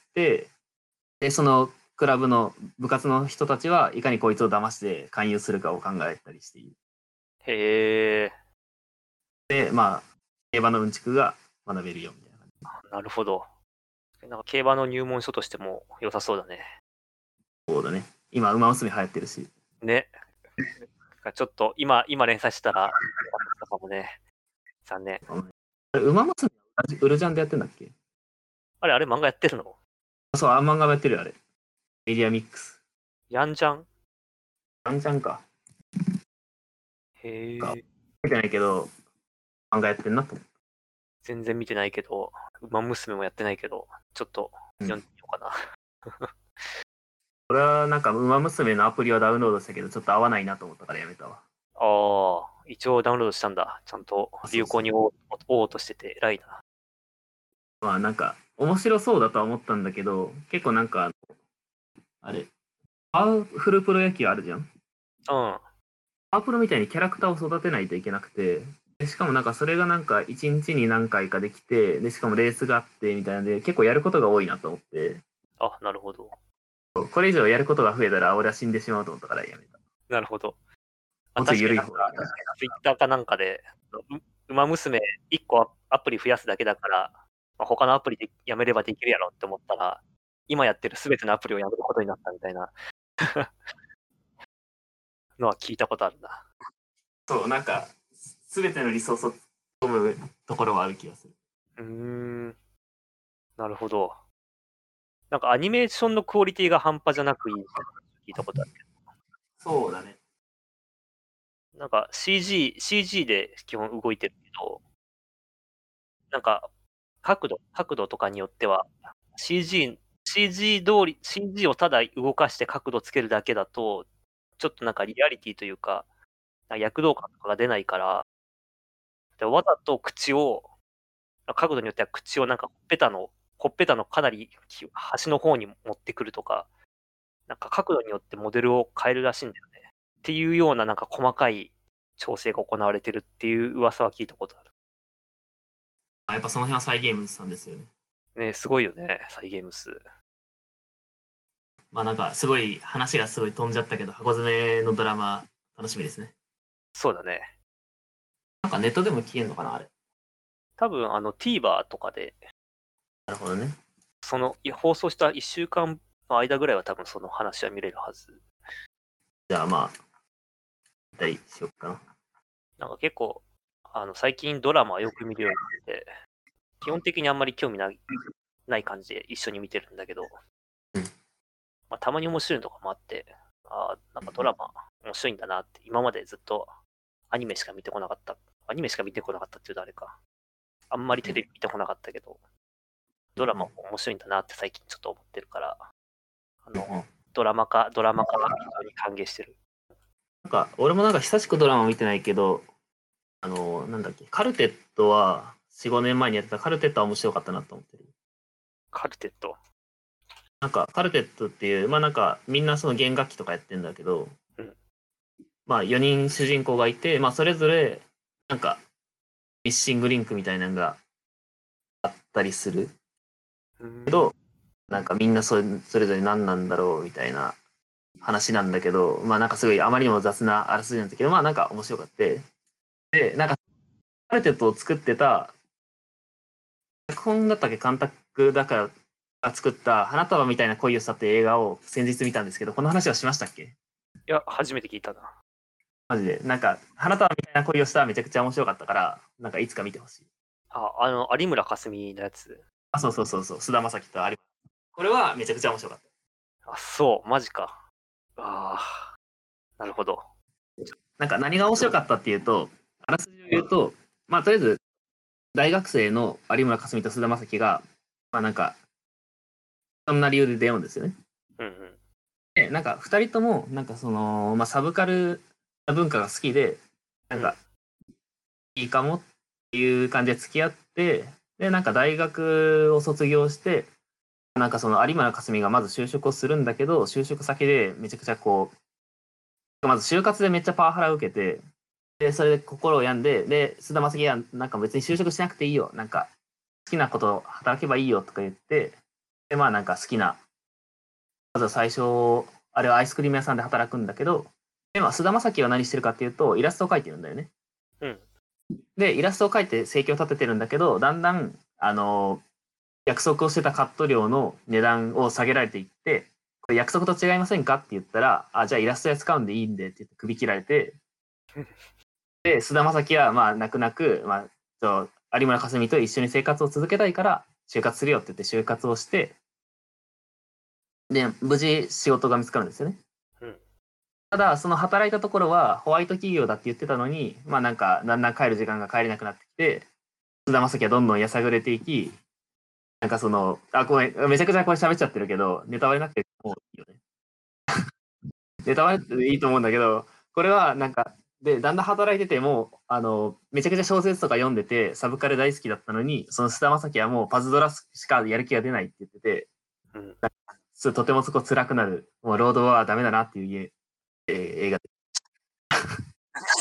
で、そのクラブの部活の人たちはいかにこいつを騙して勧誘するかを考えたりしている。 う。へえ、 で、まあ、競馬のうんちくが学べるよみたいな感じ。 なるほど。なんか競馬の入門書としても良さそうだね。 そうだね。今、馬娘流行ってるし。 ね。ちょっと今、今連載したら、とかもね、残念。 あれ馬娘ウルジャンでやってんだっけ？ あれ、あれ漫画やってるの？ そう、あ、漫画もやってるよ、あれ。メディアミックス。 やんじゃん。 ワンチャンか。 へかえ、 見てないけど、漫画やってんなと思って。 全然見てないけど、馬娘もやってないけど、ちょっと読んでみようかな。 俺はなんか、馬娘のアプリはダウンロードしたけど、ちょっと合わないなと思ったからやめたわ。 ああ、一応ダウンロードしたんだ。ちゃんと流行に追おう追おうとしてて偉いな。 まあなんか、面白そうだとは思ったんだけど、結構なんか、あれ、パワフルプロ野球あるじゃん。 うん。 パワプロみたいにキャラクターを育てないといけなくて、 しかもなんかそれがなんかいちにちに何回かできて、でしかもレースがあってみたいなので結構やることが多いなと思って、 あ、なるほど。 これ以上やることが増えたら俺は死んでしまうと思ったからやめた。 なるほど。あ、 もっと緩い方確かになんか、ツイッターかなんかで、うウマ娘いっこアプリ増やすだけだから、まあ、他のアプリでやめればできるやろって思ったら、今やってるすべてのアプリをやめることになったみたいなのは聞いたことあるな。 そう、なんか、すべてのリソースを込むところはある気がする。 うーん、なるほど。なんかアニメーションのクオリティが半端じゃなくいいみたいな聞いたことあるけそうだね。 ど、なんか シージー、シージー で基本動いてるけど、なんか角度、角度とかによっては シージー、シージー 通り、シージー をただ動かして角度つけるだけだと、ちょっとなんかリアリティというか、なんか躍動感とかが出ないから、でわざと口を、角度によっては口をなんかほっぺたの、ほっぺたのかなり端の方に持ってくるとか、なんか角度によってモデルを変えるらしいんだよね。っていうようななんか細かい調整が行われてるっていう噂は聞いたことある。 やっぱその辺はサイゲームズさんですよね。 ね、すごいよね、サイゲームス。 まあなんかすごい話がすごい飛んじゃったけど、箱詰めのドラマ楽しみですね。 そうだね。 なんかネットでも消えんのかなあれ。 多分あの TVer とかで、 なるほどね。 そのいや放送したいっしゅうかんの間ぐらいは多分その話は見れるはず。 じゃあまあ、見たりしよっかな。 なんか結構、あの最近ドラマはよく見るようになってて、基本的にあんまり興味ないない感じで一緒に見てるんだけど、 うんまあ、たまに面白いのとかもあって、ああ、なんかドラマ面白いんだなって、今までずっとアニメしか見てこなかった。アニメしか見てこなかったっていうとあれか。あんまりテレビ見てこなかったけど、ドラマも面白いんだなって最近ちょっと思ってるから、あの、 うんドラマ化、ドラマ化は非常に歓迎してる。 なんか俺もなんか久しくドラマ見てないけど、あの、なんだっけ、カルテットはよん、ごねんまえにやってたカルテットは面白かったなと思ってる。 カルテット。 なんかカルテットっていう、まあなんかみんなその弦楽器とかやってんだけど、 うんまあよにん主人公がいて、まあそれぞれなんかミッシングリンクみたいなのがあったりするけど、なんかみんなそれそれぞれ何なんだろうみたいな話なんだけど、まあなんかすごいあまりにも雑なあらすじなんだけど、まあなんか面白かった。で、なんかカルテットを作ってた、脚本だったっけ監督だからが作った花束みたいな恋をしたって映画を先日見たんですけど、この話はしましたっけ？ いや、初めて聞いたな。 マジで。なんか、花束みたいな恋をしたらめちゃくちゃ面白かったから、なんかいつか見てほしい。 あ、あの、有村架純のやつ。 あ、そうそうそうそう、菅田将暉と有馬。これはめちゃくちゃ面白かった。 あ、そう、マジか。ああ、なるほど。 なんか何が面白かったっていうと、あらすじを言うと、まあとりあえず、大学生の有村架純と菅田将暉が、まあなんか、そんな理由で出会うんですよね。 うんうん。 で、なんか二人とも、なんかその、まあサブカルな文化が好きで、なんか、いいかもっていう感じで付き合って、で、なんか大学を卒業して、なんかその有村架純がまず就職をするんだけど、就職先でめちゃくちゃこう、まず就活でめっちゃパワハラを受けて、で、それで心を病んで、で、菅田将暉はなんか別に就職しなくていいよ、なんか好きなこと働けばいいよとか言って、で、まあなんか好きな、まずは最初、あれはアイスクリーム屋さんで働くんだけど、で、まあ菅田将暉は何してるかっていうと、イラストを描いてるんだよね。 うん。 で、イラストを描いて生計を立ててるんだけど、だんだん、あの、約束をしてたカット料の値段を下げられていって、これ約束と違いませんかって言ったら、あ、じゃあイラスト屋使うんでいいんでって言って首切られて、で、菅田将暉は、まあ、泣く泣く、まあ、そう有村架純と一緒に生活を続けたいから、就活するよって言って就活をして、で、無事仕事が見つかるんですよね。 うん、 ただ、その働いたところはホワイト企業だって言ってたのに、まあなんか、だんだん帰る時間が帰れなくなってきて、菅田将暉はどんどんやさぐれていき、なんかその、あ、ごめん、めちゃくちゃこれ喋っちゃってるけど、ネタバレなくてもういいよね。ネタバレっていいと思うんだけど、これはなんか、で、だんだん働いてても、あの、めちゃくちゃ小説とか読んでて、サブカル大好きだったのに、その菅田将暉はもうパズドラしかやる気が出ないって言ってて、 うん、 とてもそこ辛くなる、もうロードはダメだなっていう、えー、映画で。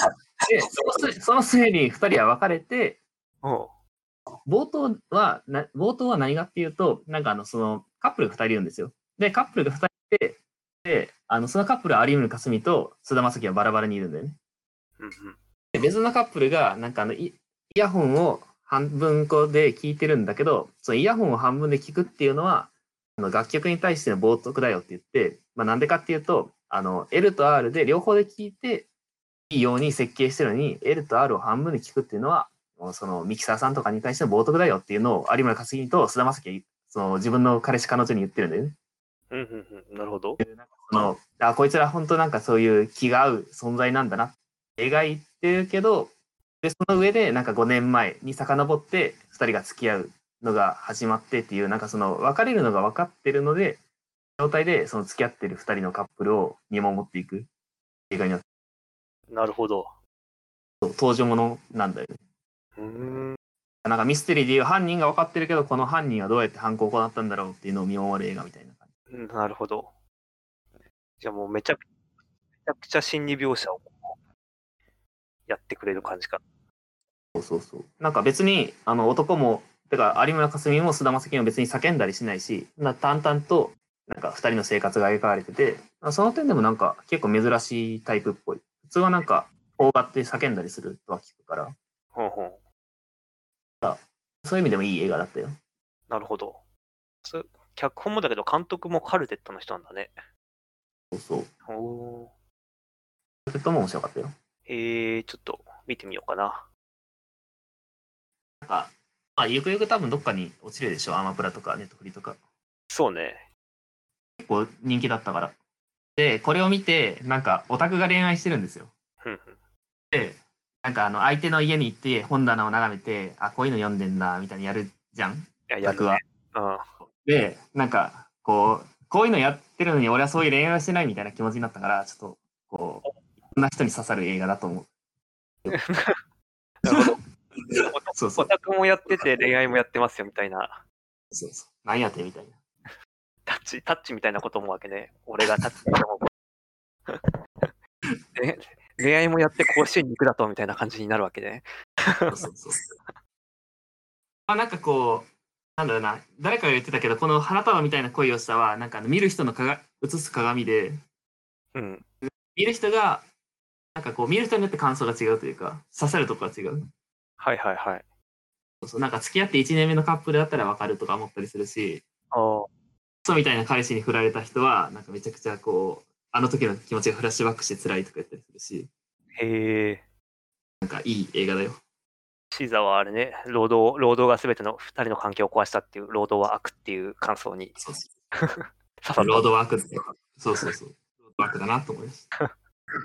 で、その末その末にふたりは別れて、 うん。 冒頭は、な冒頭は何がっていうと、なんかあの、その、カップルがふたりいるんですよ。で、カップルがふたりいて、で、あの、そのカップルは有村架純と菅田将暉はバラバラにいるんだよね。 うんうん。 で、別のカップルが、なんかあの、イイヤホンを半分こで聞いてるんだけど、そのイヤホンを半分で聞くっていうのは、あの楽曲に対しての冒涜だよって言って、まあ、なんでかっていうと、あの、L と R で両方で聞いていいように設計してるのに、L と R を半分で聞くっていうのは、もうそのミキサーさんとかに対しての冒涜だよっていうのを有村架純と菅田将暉その自分の彼氏彼女に言ってるんだよね。 うんうんうん。なるほど。 そのあこいつら本当なんかそういう気が合う存在なんだなって描いてるけど、でその上でなんかごねんまえに遡ってふたりが付き合うのが始まってっていう、なんかその別れるのが分かってるので状態でその付き合ってるふたりのカップルを見守っていく映画になって、 なるほど。 登場ものなんだよね。 うーん。 なんかミステリーでいう犯人が分かってるけど、この犯人はどうやって犯行を行ったんだろうっていうのを見守る映画みたいな感じ。 うんなるほど。じゃあもうめちゃくめちゃくちゃ心理描写をやってくれる感じか。 そうそうそう。なんか別にあの男も、てか有村架純も菅田将暉も別に叫んだりしないし、な淡々となんかふたりの生活が描かれてて、その点でもなんか結構珍しいタイプっぽい。普通はなんか邦画って叫んだりするとは聞くから、 ほんほん。 そういう意味でもいい映画だったよ。 なるほど。そ脚本もだけど監督もカルテットの人なんだね。 そうそう。 おー。 それとも面白かったよ。 えー、ちょっと見てみようかな。 なんか、まあ、ゆくゆく多分どっかに落ちるでしょ。アマプラとかネットフリとか。 そうね。 結構人気だったから。で、これを見て、なんかオタクが恋愛してるんですよ。 ふんふん。 で、なんかあの相手の家に行って本棚を眺めて、あ、こういうの読んでんだ、みたいにやるじゃん。 いや、 オタクは。 やるね。うん。 で、なんか、こう、こういうのやってるのに俺はそういう恋愛はしてないみたいな気持ちになったから、ちょっと、こう、こんな人に刺さる映画だと思う。 なるほど。 そうそう。 オタクもやってて恋愛もやってますよみたいな。 そうそう。なんやてみたいな。 タッチ、タッチみたいなこと思うわけね。俺がタッチでも。ね恋愛もやって甲子園に行くだとみたいな感じになるわけね。 そうそうそう。あ、なんかこう、なんだろうな、誰かが言ってたけど、この花束みたいな恋をしたは、なんかあの見る人のかが映す鏡で、 うん。 見る人が、なんかこう、見る人によって感想が違うというか、刺さるところが違う。 はいはいはい。 そうそう、なんか付き合っていちねんめのカップルだったら分かるとか思ったりするし、 ああ、 そうみたいな彼氏に振られた人は、なんかめちゃくちゃこう、あの時の気持ちがフラッシュバックして辛いとか言ったりするし、 へえ。 なんかいい映画だよ。 シーザはあれね、労働、労働が全てのふたりの関係を壊したっていう、労働は悪っていう感想にそうそ刺さう。 った。 ロードワークって、そうそうそう。ロードワークだなと思いました。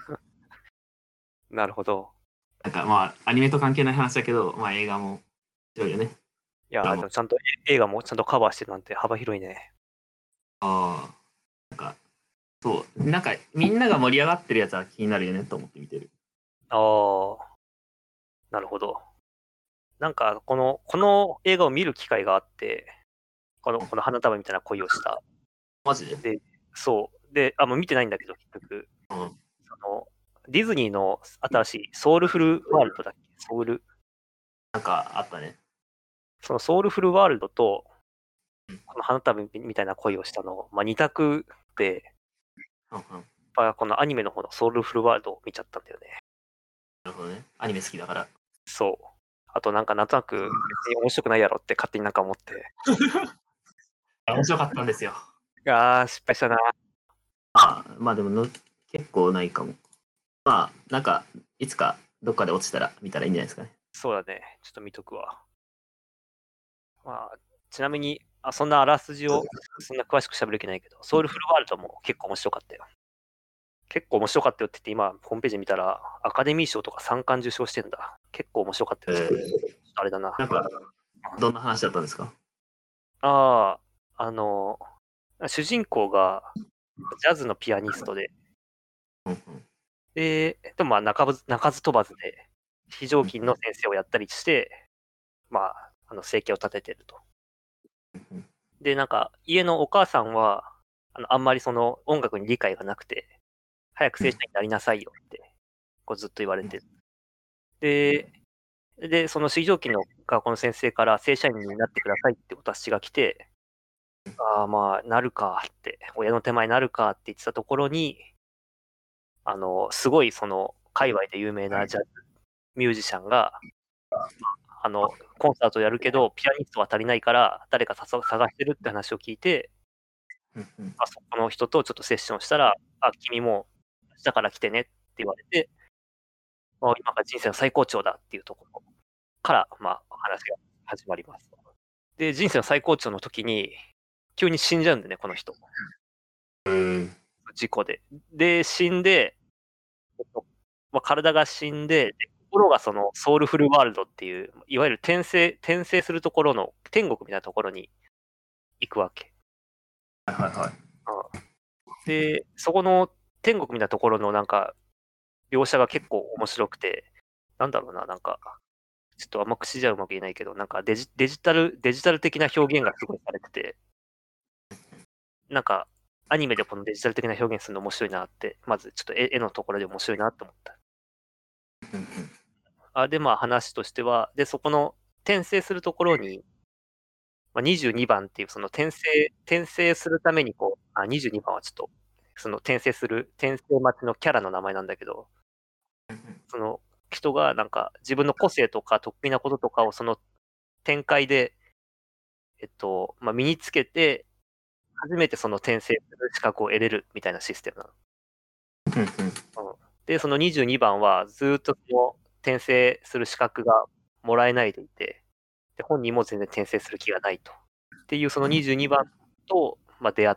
なるほど。 なんかまあ、アニメと関係ない話だけど、まあ映画も面白いよね。 いや、でもちゃんとえ映画もちゃんとカバーしてるなんて幅広いね。 ああ、なんか、そう、なんかみんなが盛り上がってるやつは気になるよねと思って見てる。 ああ、なるほど。なんか、この、この映画を見る機会があって、この、この花束みたいな恋をした。 マジで？ で、そう。で、あ、もう見てないんだけど、結局。 うん。 その、ディズニーの新しいソウルフルワールドだっけソウル。 なんかあったね。 そのソウルフルワールドとうん、 この花束みたいな恋をしたの、まあ、二択で、 うんうん。 やっぱこのアニメの方のソウルフルワールドを見ちゃったんだよね。 なるほどね。アニメ好きだから。 そう。あとなんかなんとなく別に面白くないやろって勝手になんか思って。 面白かったんですよ。 あー、失敗したな。 あまあでもの結構ないかも。まあ、なんか、いつかどっかで落ちたら見たらいいんじゃないですかね。 そうだね。ちょっと見とくわ。まあ、ちなみに、あそんなあらすじをそんな詳しく喋る気ないけど、ソウルフルワールドも結構面白かったよ。結構面白かったよって言って今、ホームページ見たら、アカデミー賞とかさんかん受賞してんだ。結構面白かったよ。 えー、 あれだな。 なんか、どんな話だったんですか？ ああ、あの、主人公がジャズのピアニストで、 うんうん。 で、でもまあ鳴かず鳴かず飛ばずで、非常勤の先生をやったりして、まあ、あの生計を立ててると。 うんで、なんか、家のお母さんは、あのあんまりその音楽に理解がなくて、早く正社員になりなさいよって、こうずっと言われてる。 で、で、その水蒸気の学校の先生から正社員になってくださいってお達しが来て、ああ、まあ、なるかって、親の手前なるかって言ってたところに、あの、すごいその、界隈で有名なジャズミュージシャンが、あの、コンサートやるけど、ピアニストが足りないから、誰かさそ探してるって話を聞いて、あそこの人とちょっとセッションしたら、あ、君も明日から来てねって言われて、あ、今が人生の最高潮だっていうところから、まあ、話が始まります。で、人生の最高潮の時に、急に死んじゃうんでね、この人。 うん。 事故で。で、死んで、えっとまあ、体が死んで、で心がそのソウルフルワールドっていう、いわゆる転生転生するところの天国みたいなところに行くわけ。 はいはいはい。 うんで、そこの天国みたいなところのなんか、描写が結構面白くて、なんだろうな、なんか、ちょっと甘口じゃうまく言えないけど、なんかデジデジタルデジタル的な表現がすごいされてて、なんか、アニメでこのデジタル的な表現するの面白いなって、まずちょっと絵絵のところで面白いなと思った。あで、まあ話としては、で、そこの転生するところに、まあ、にじゅうにばんっていうその転生転生するためにこう、あ、にじゅうにばんはちょっと、その転生する、転生待ちのキャラの名前なんだけど、その人がなんか自分の個性とか得意なこととかをその展開で、えっと、まあ、身につけて、初めてその転生する資格を得れるみたいなシステムなの。うん。で、そのにじゅうにばんはずーっとその転生する資格がもらえないでいて、で、本人も全然転生する気がないと。っていうそのにじゅうにばんと、まあ、出会って、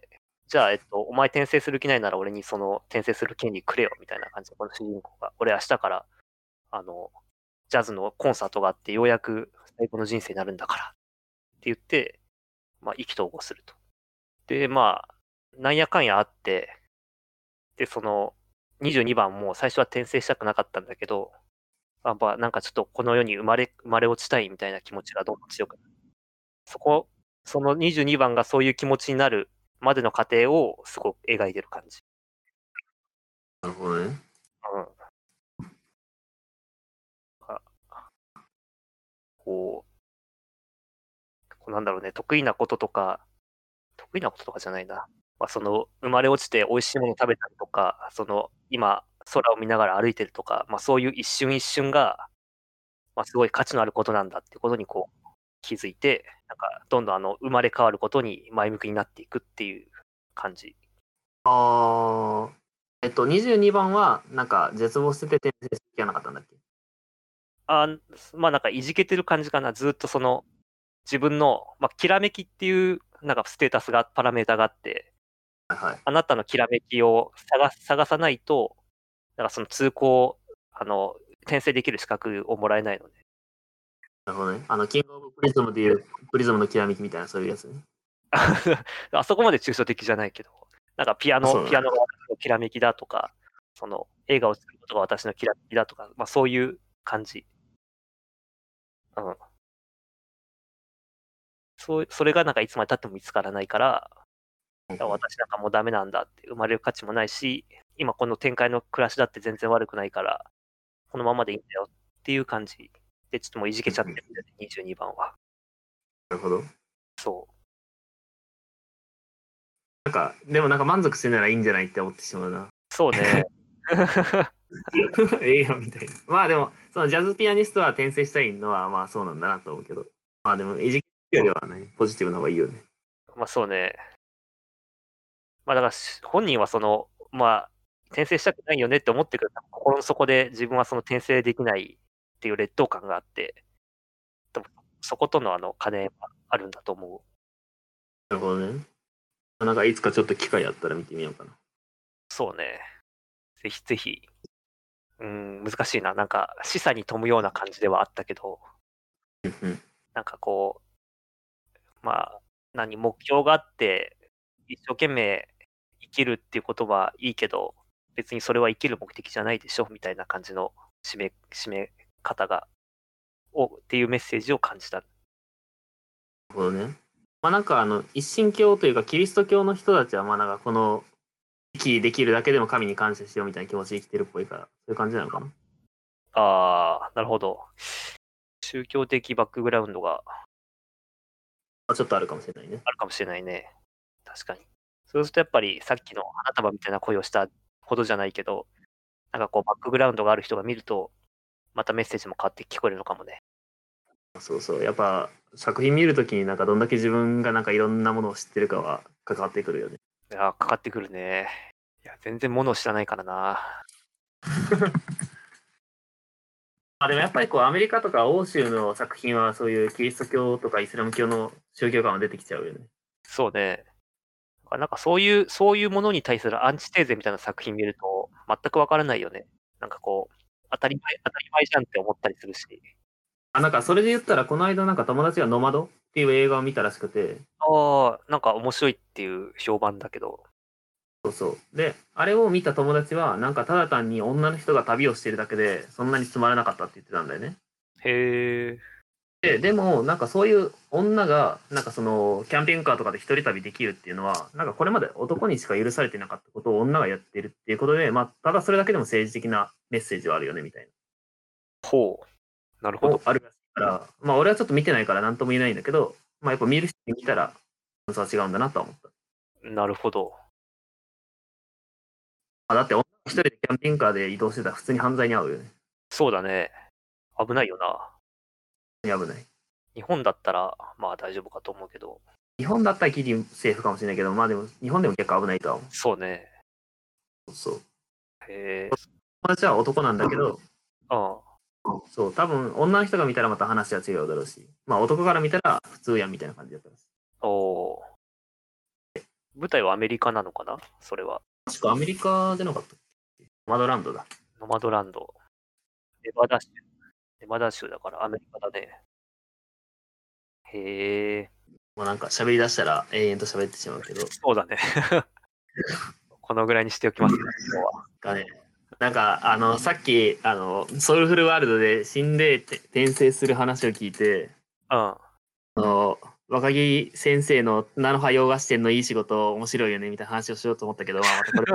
じゃあ、えっと、お前転生する気ないなら俺にその転生する権利くれよみたいな感じで、この主人公が、俺明日から、あの、ジャズのコンサートがあって、ようやく最高の人生になるんだからって言って、まあ、意気投合すると。で、まあ、なんやかんやあって、で、その、にじゅうにばんも最初は転生したくなかったんだけど、あまあ、なんかちょっとこの世に生まれ、生まれ落ちたいみたいな気持ちがどんどん強くなる。そこ、そのにじゅうにばんがそういう気持ちになるまでの過程をすごく描いてる感じ。 なるほどね。 うん。あこう、こうなんだろうね、得意なこととか、得意なこととかじゃないな。まあ、その、生まれ落ちて美味しいもの食べたりとか、その、今、空を見ながら歩いてるとか、まあ、そういう一瞬一瞬が、まあ、すごい価値のあることなんだってことにこう、気づいて、なんか、どんどんあの、生まれ変わることに前向きになっていくっていう感じ。 ああ、えっと、にじゅうにばんは、なんか、絶望してて転生する気はなかったんだっけ？ あまあなんかいじけてる感じかな。ずっとその、自分の、まあ、きらめきっていう、なんかステータスが、パラメータがあって、 はいはい。 あなたのきらめきを探探さないと、なんかその通行、あの、転生できる資格をもらえないので。 なるほどね。あの、キングオブプリズムでいうプリズムのきらめきみたいなそういうやつね。 あそこまで抽象的じゃないけど、なんかピアノ、 あそうなの。 ピアノが私のきらめきだとか、その映画を作ることが私のきらめきだとか、まあそういう感じ。うん。そう、それがなんかいつまで経っても見つからないから、私なんかもうダメなんだって、生まれる価値もないし、今この展開の暮らしだって全然悪くないから、このままでいいんだよっていう感じで、ちょっともういじけちゃってるんだよね、にじゅうにばんは。 なるほど。 そう。 なんか、でもなんか満足してるならいいんじゃないって思ってしまうな。 そうね。 ええやんみたいな。まあでも、そのジャズピアニストは転生したいのはまあそうなんだなと思うけど。まあでも、いじけるよりはね、ポジティブな方がいいよね。 まあそうね。まあだからし、本人はその、まあ、転生したくないよねって思ってくる心の底で自分はその転生できないっていう劣等感があって、でもそことのあの兼ね合いがあるんだと思う。 なるほどね。なんかいつかちょっと機会あったら見てみようかな。 そうね。ぜひぜひ。うん、難しいな。なんか、示唆に富むような感じではあったけど、 うんなんかこう、まあ、何、目標があって、一生懸命生きるっていうことはいいけど、別にそれは生きる目的じゃないでしょ、みたいな感じの締め、締め方が、を、っていうメッセージを感じた。 なるほどね。まあなんかあの、一神教というかキリスト教の人たちはまあなんかこの、息できるだけでも神に感謝しようみたいな気持ちで生きてるっぽいから、そういう感じなのかな。 ああ、なるほど。宗教的バックグラウンドがあちょっとあるかもしれないね。 あるかもしれないね。確かに。そうするとやっぱりさっきの花束みたいな恋をしたほどじゃないけど、なんかこうバックグラウンドがある人が見ると、またメッセージも変わって聞こえるのかもね。 そうそう。やっぱ作品見るときになんかどんだけ自分がなんかいろんなものを知ってるかは関わってくるよね。 いや、かかってくるね。いや、全然物を知らないからな。 あでもやっぱりこうアメリカとか欧州の作品はそういうキリスト教とかイスラム教の宗教感は出てきちゃうよね。 そうね。なんかそういう、そういうものに対するアンチテーゼみたいな作品見ると、全くわからないよね。なんかこう、当たり前、当たり前じゃんって思ったりするし。 あなんかそれで言ったらこの間なんか友達がノマドっていう映画を見たらしくて、 ああ、なんか面白いっていう評判だけど。 そうそう。で、あれを見た友達はなんかただ単に女の人が旅をしてるだけでそんなにつまらなかったって言ってたんだよね。 へえ。 で、でもなんかそういう女がなんかそのキャンピングカーとかで一人旅できるっていうのはなんかこれまで男にしか許されてなかったことを女がやってるっていうことで、まあただそれだけでも政治的なメッセージはあるよねみたいほう。なるほな。 ど。 あるらしいから、まあ俺はちょっと見てないから何とも言えないんだけど、まあやっぱ見る人に見たら感想は違うんだなとは思った。 なるほど。 あだって女一人でキャンピングカーで移動してたら普通に犯罪に遭うよね。 そうだね。危ないよな。 危ない。 日本だったら、まあ大丈夫かと思うけど。 日本だったらギリセーフかもしれないけど、まあでも日本でも結構危ないとは思そうね。 う。そう。 へえ。 友達は男なんだけど、 あそう、多分女の人が見たらまた話は違うだろうし、まあ男から見たら普通やんみたいな感じだったらしい。 あ。おー。舞台はアメリカなのかなそれは。 確かアメリカでなかったっけ？マドランドだ。 ノマドランド。ネバダ州。ネバダ州だからアメリカだね。へえ。 もうなんか喋り出したら永遠と喋ってしまうけど。 そうだね。このぐらいにしておきますね、今日は。 がね、なんかあのさっきあのソウルフルワールドで死んで転生する話を聞いて、 うん。 あの若木先生の菜の葉洋菓子店のいい仕事面白いよねみたいな話をしようと思ったけど、まあ、またこ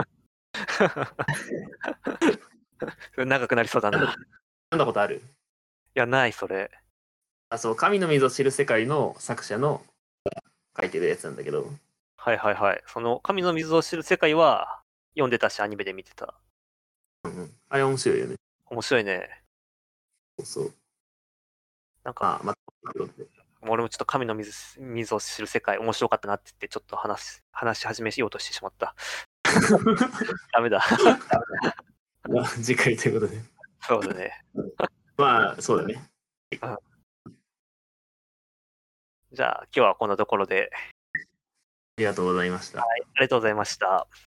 れ長くなりそうだな。い読んだことある？ や、ない、それ。 あそう神の水を知る世界の作者の書いてるやつなんだけど、 はいはいはい。その、神の水を知る世界は、読んでたし、アニメで見てた。 うんうん、あれ面白いよね。 面白いね。 そうそう。 なんか、 あまた俺もちょっと神の水水を知る世界面白かったなって言って、ちょっと話し、話し始めようとしてしまった。ダメだ。 次回ということで。 そうだね。 まあ、そうだね。 じゃあ、今日はこんなところで。 ありがとうございました。 はい、ありがとうございました。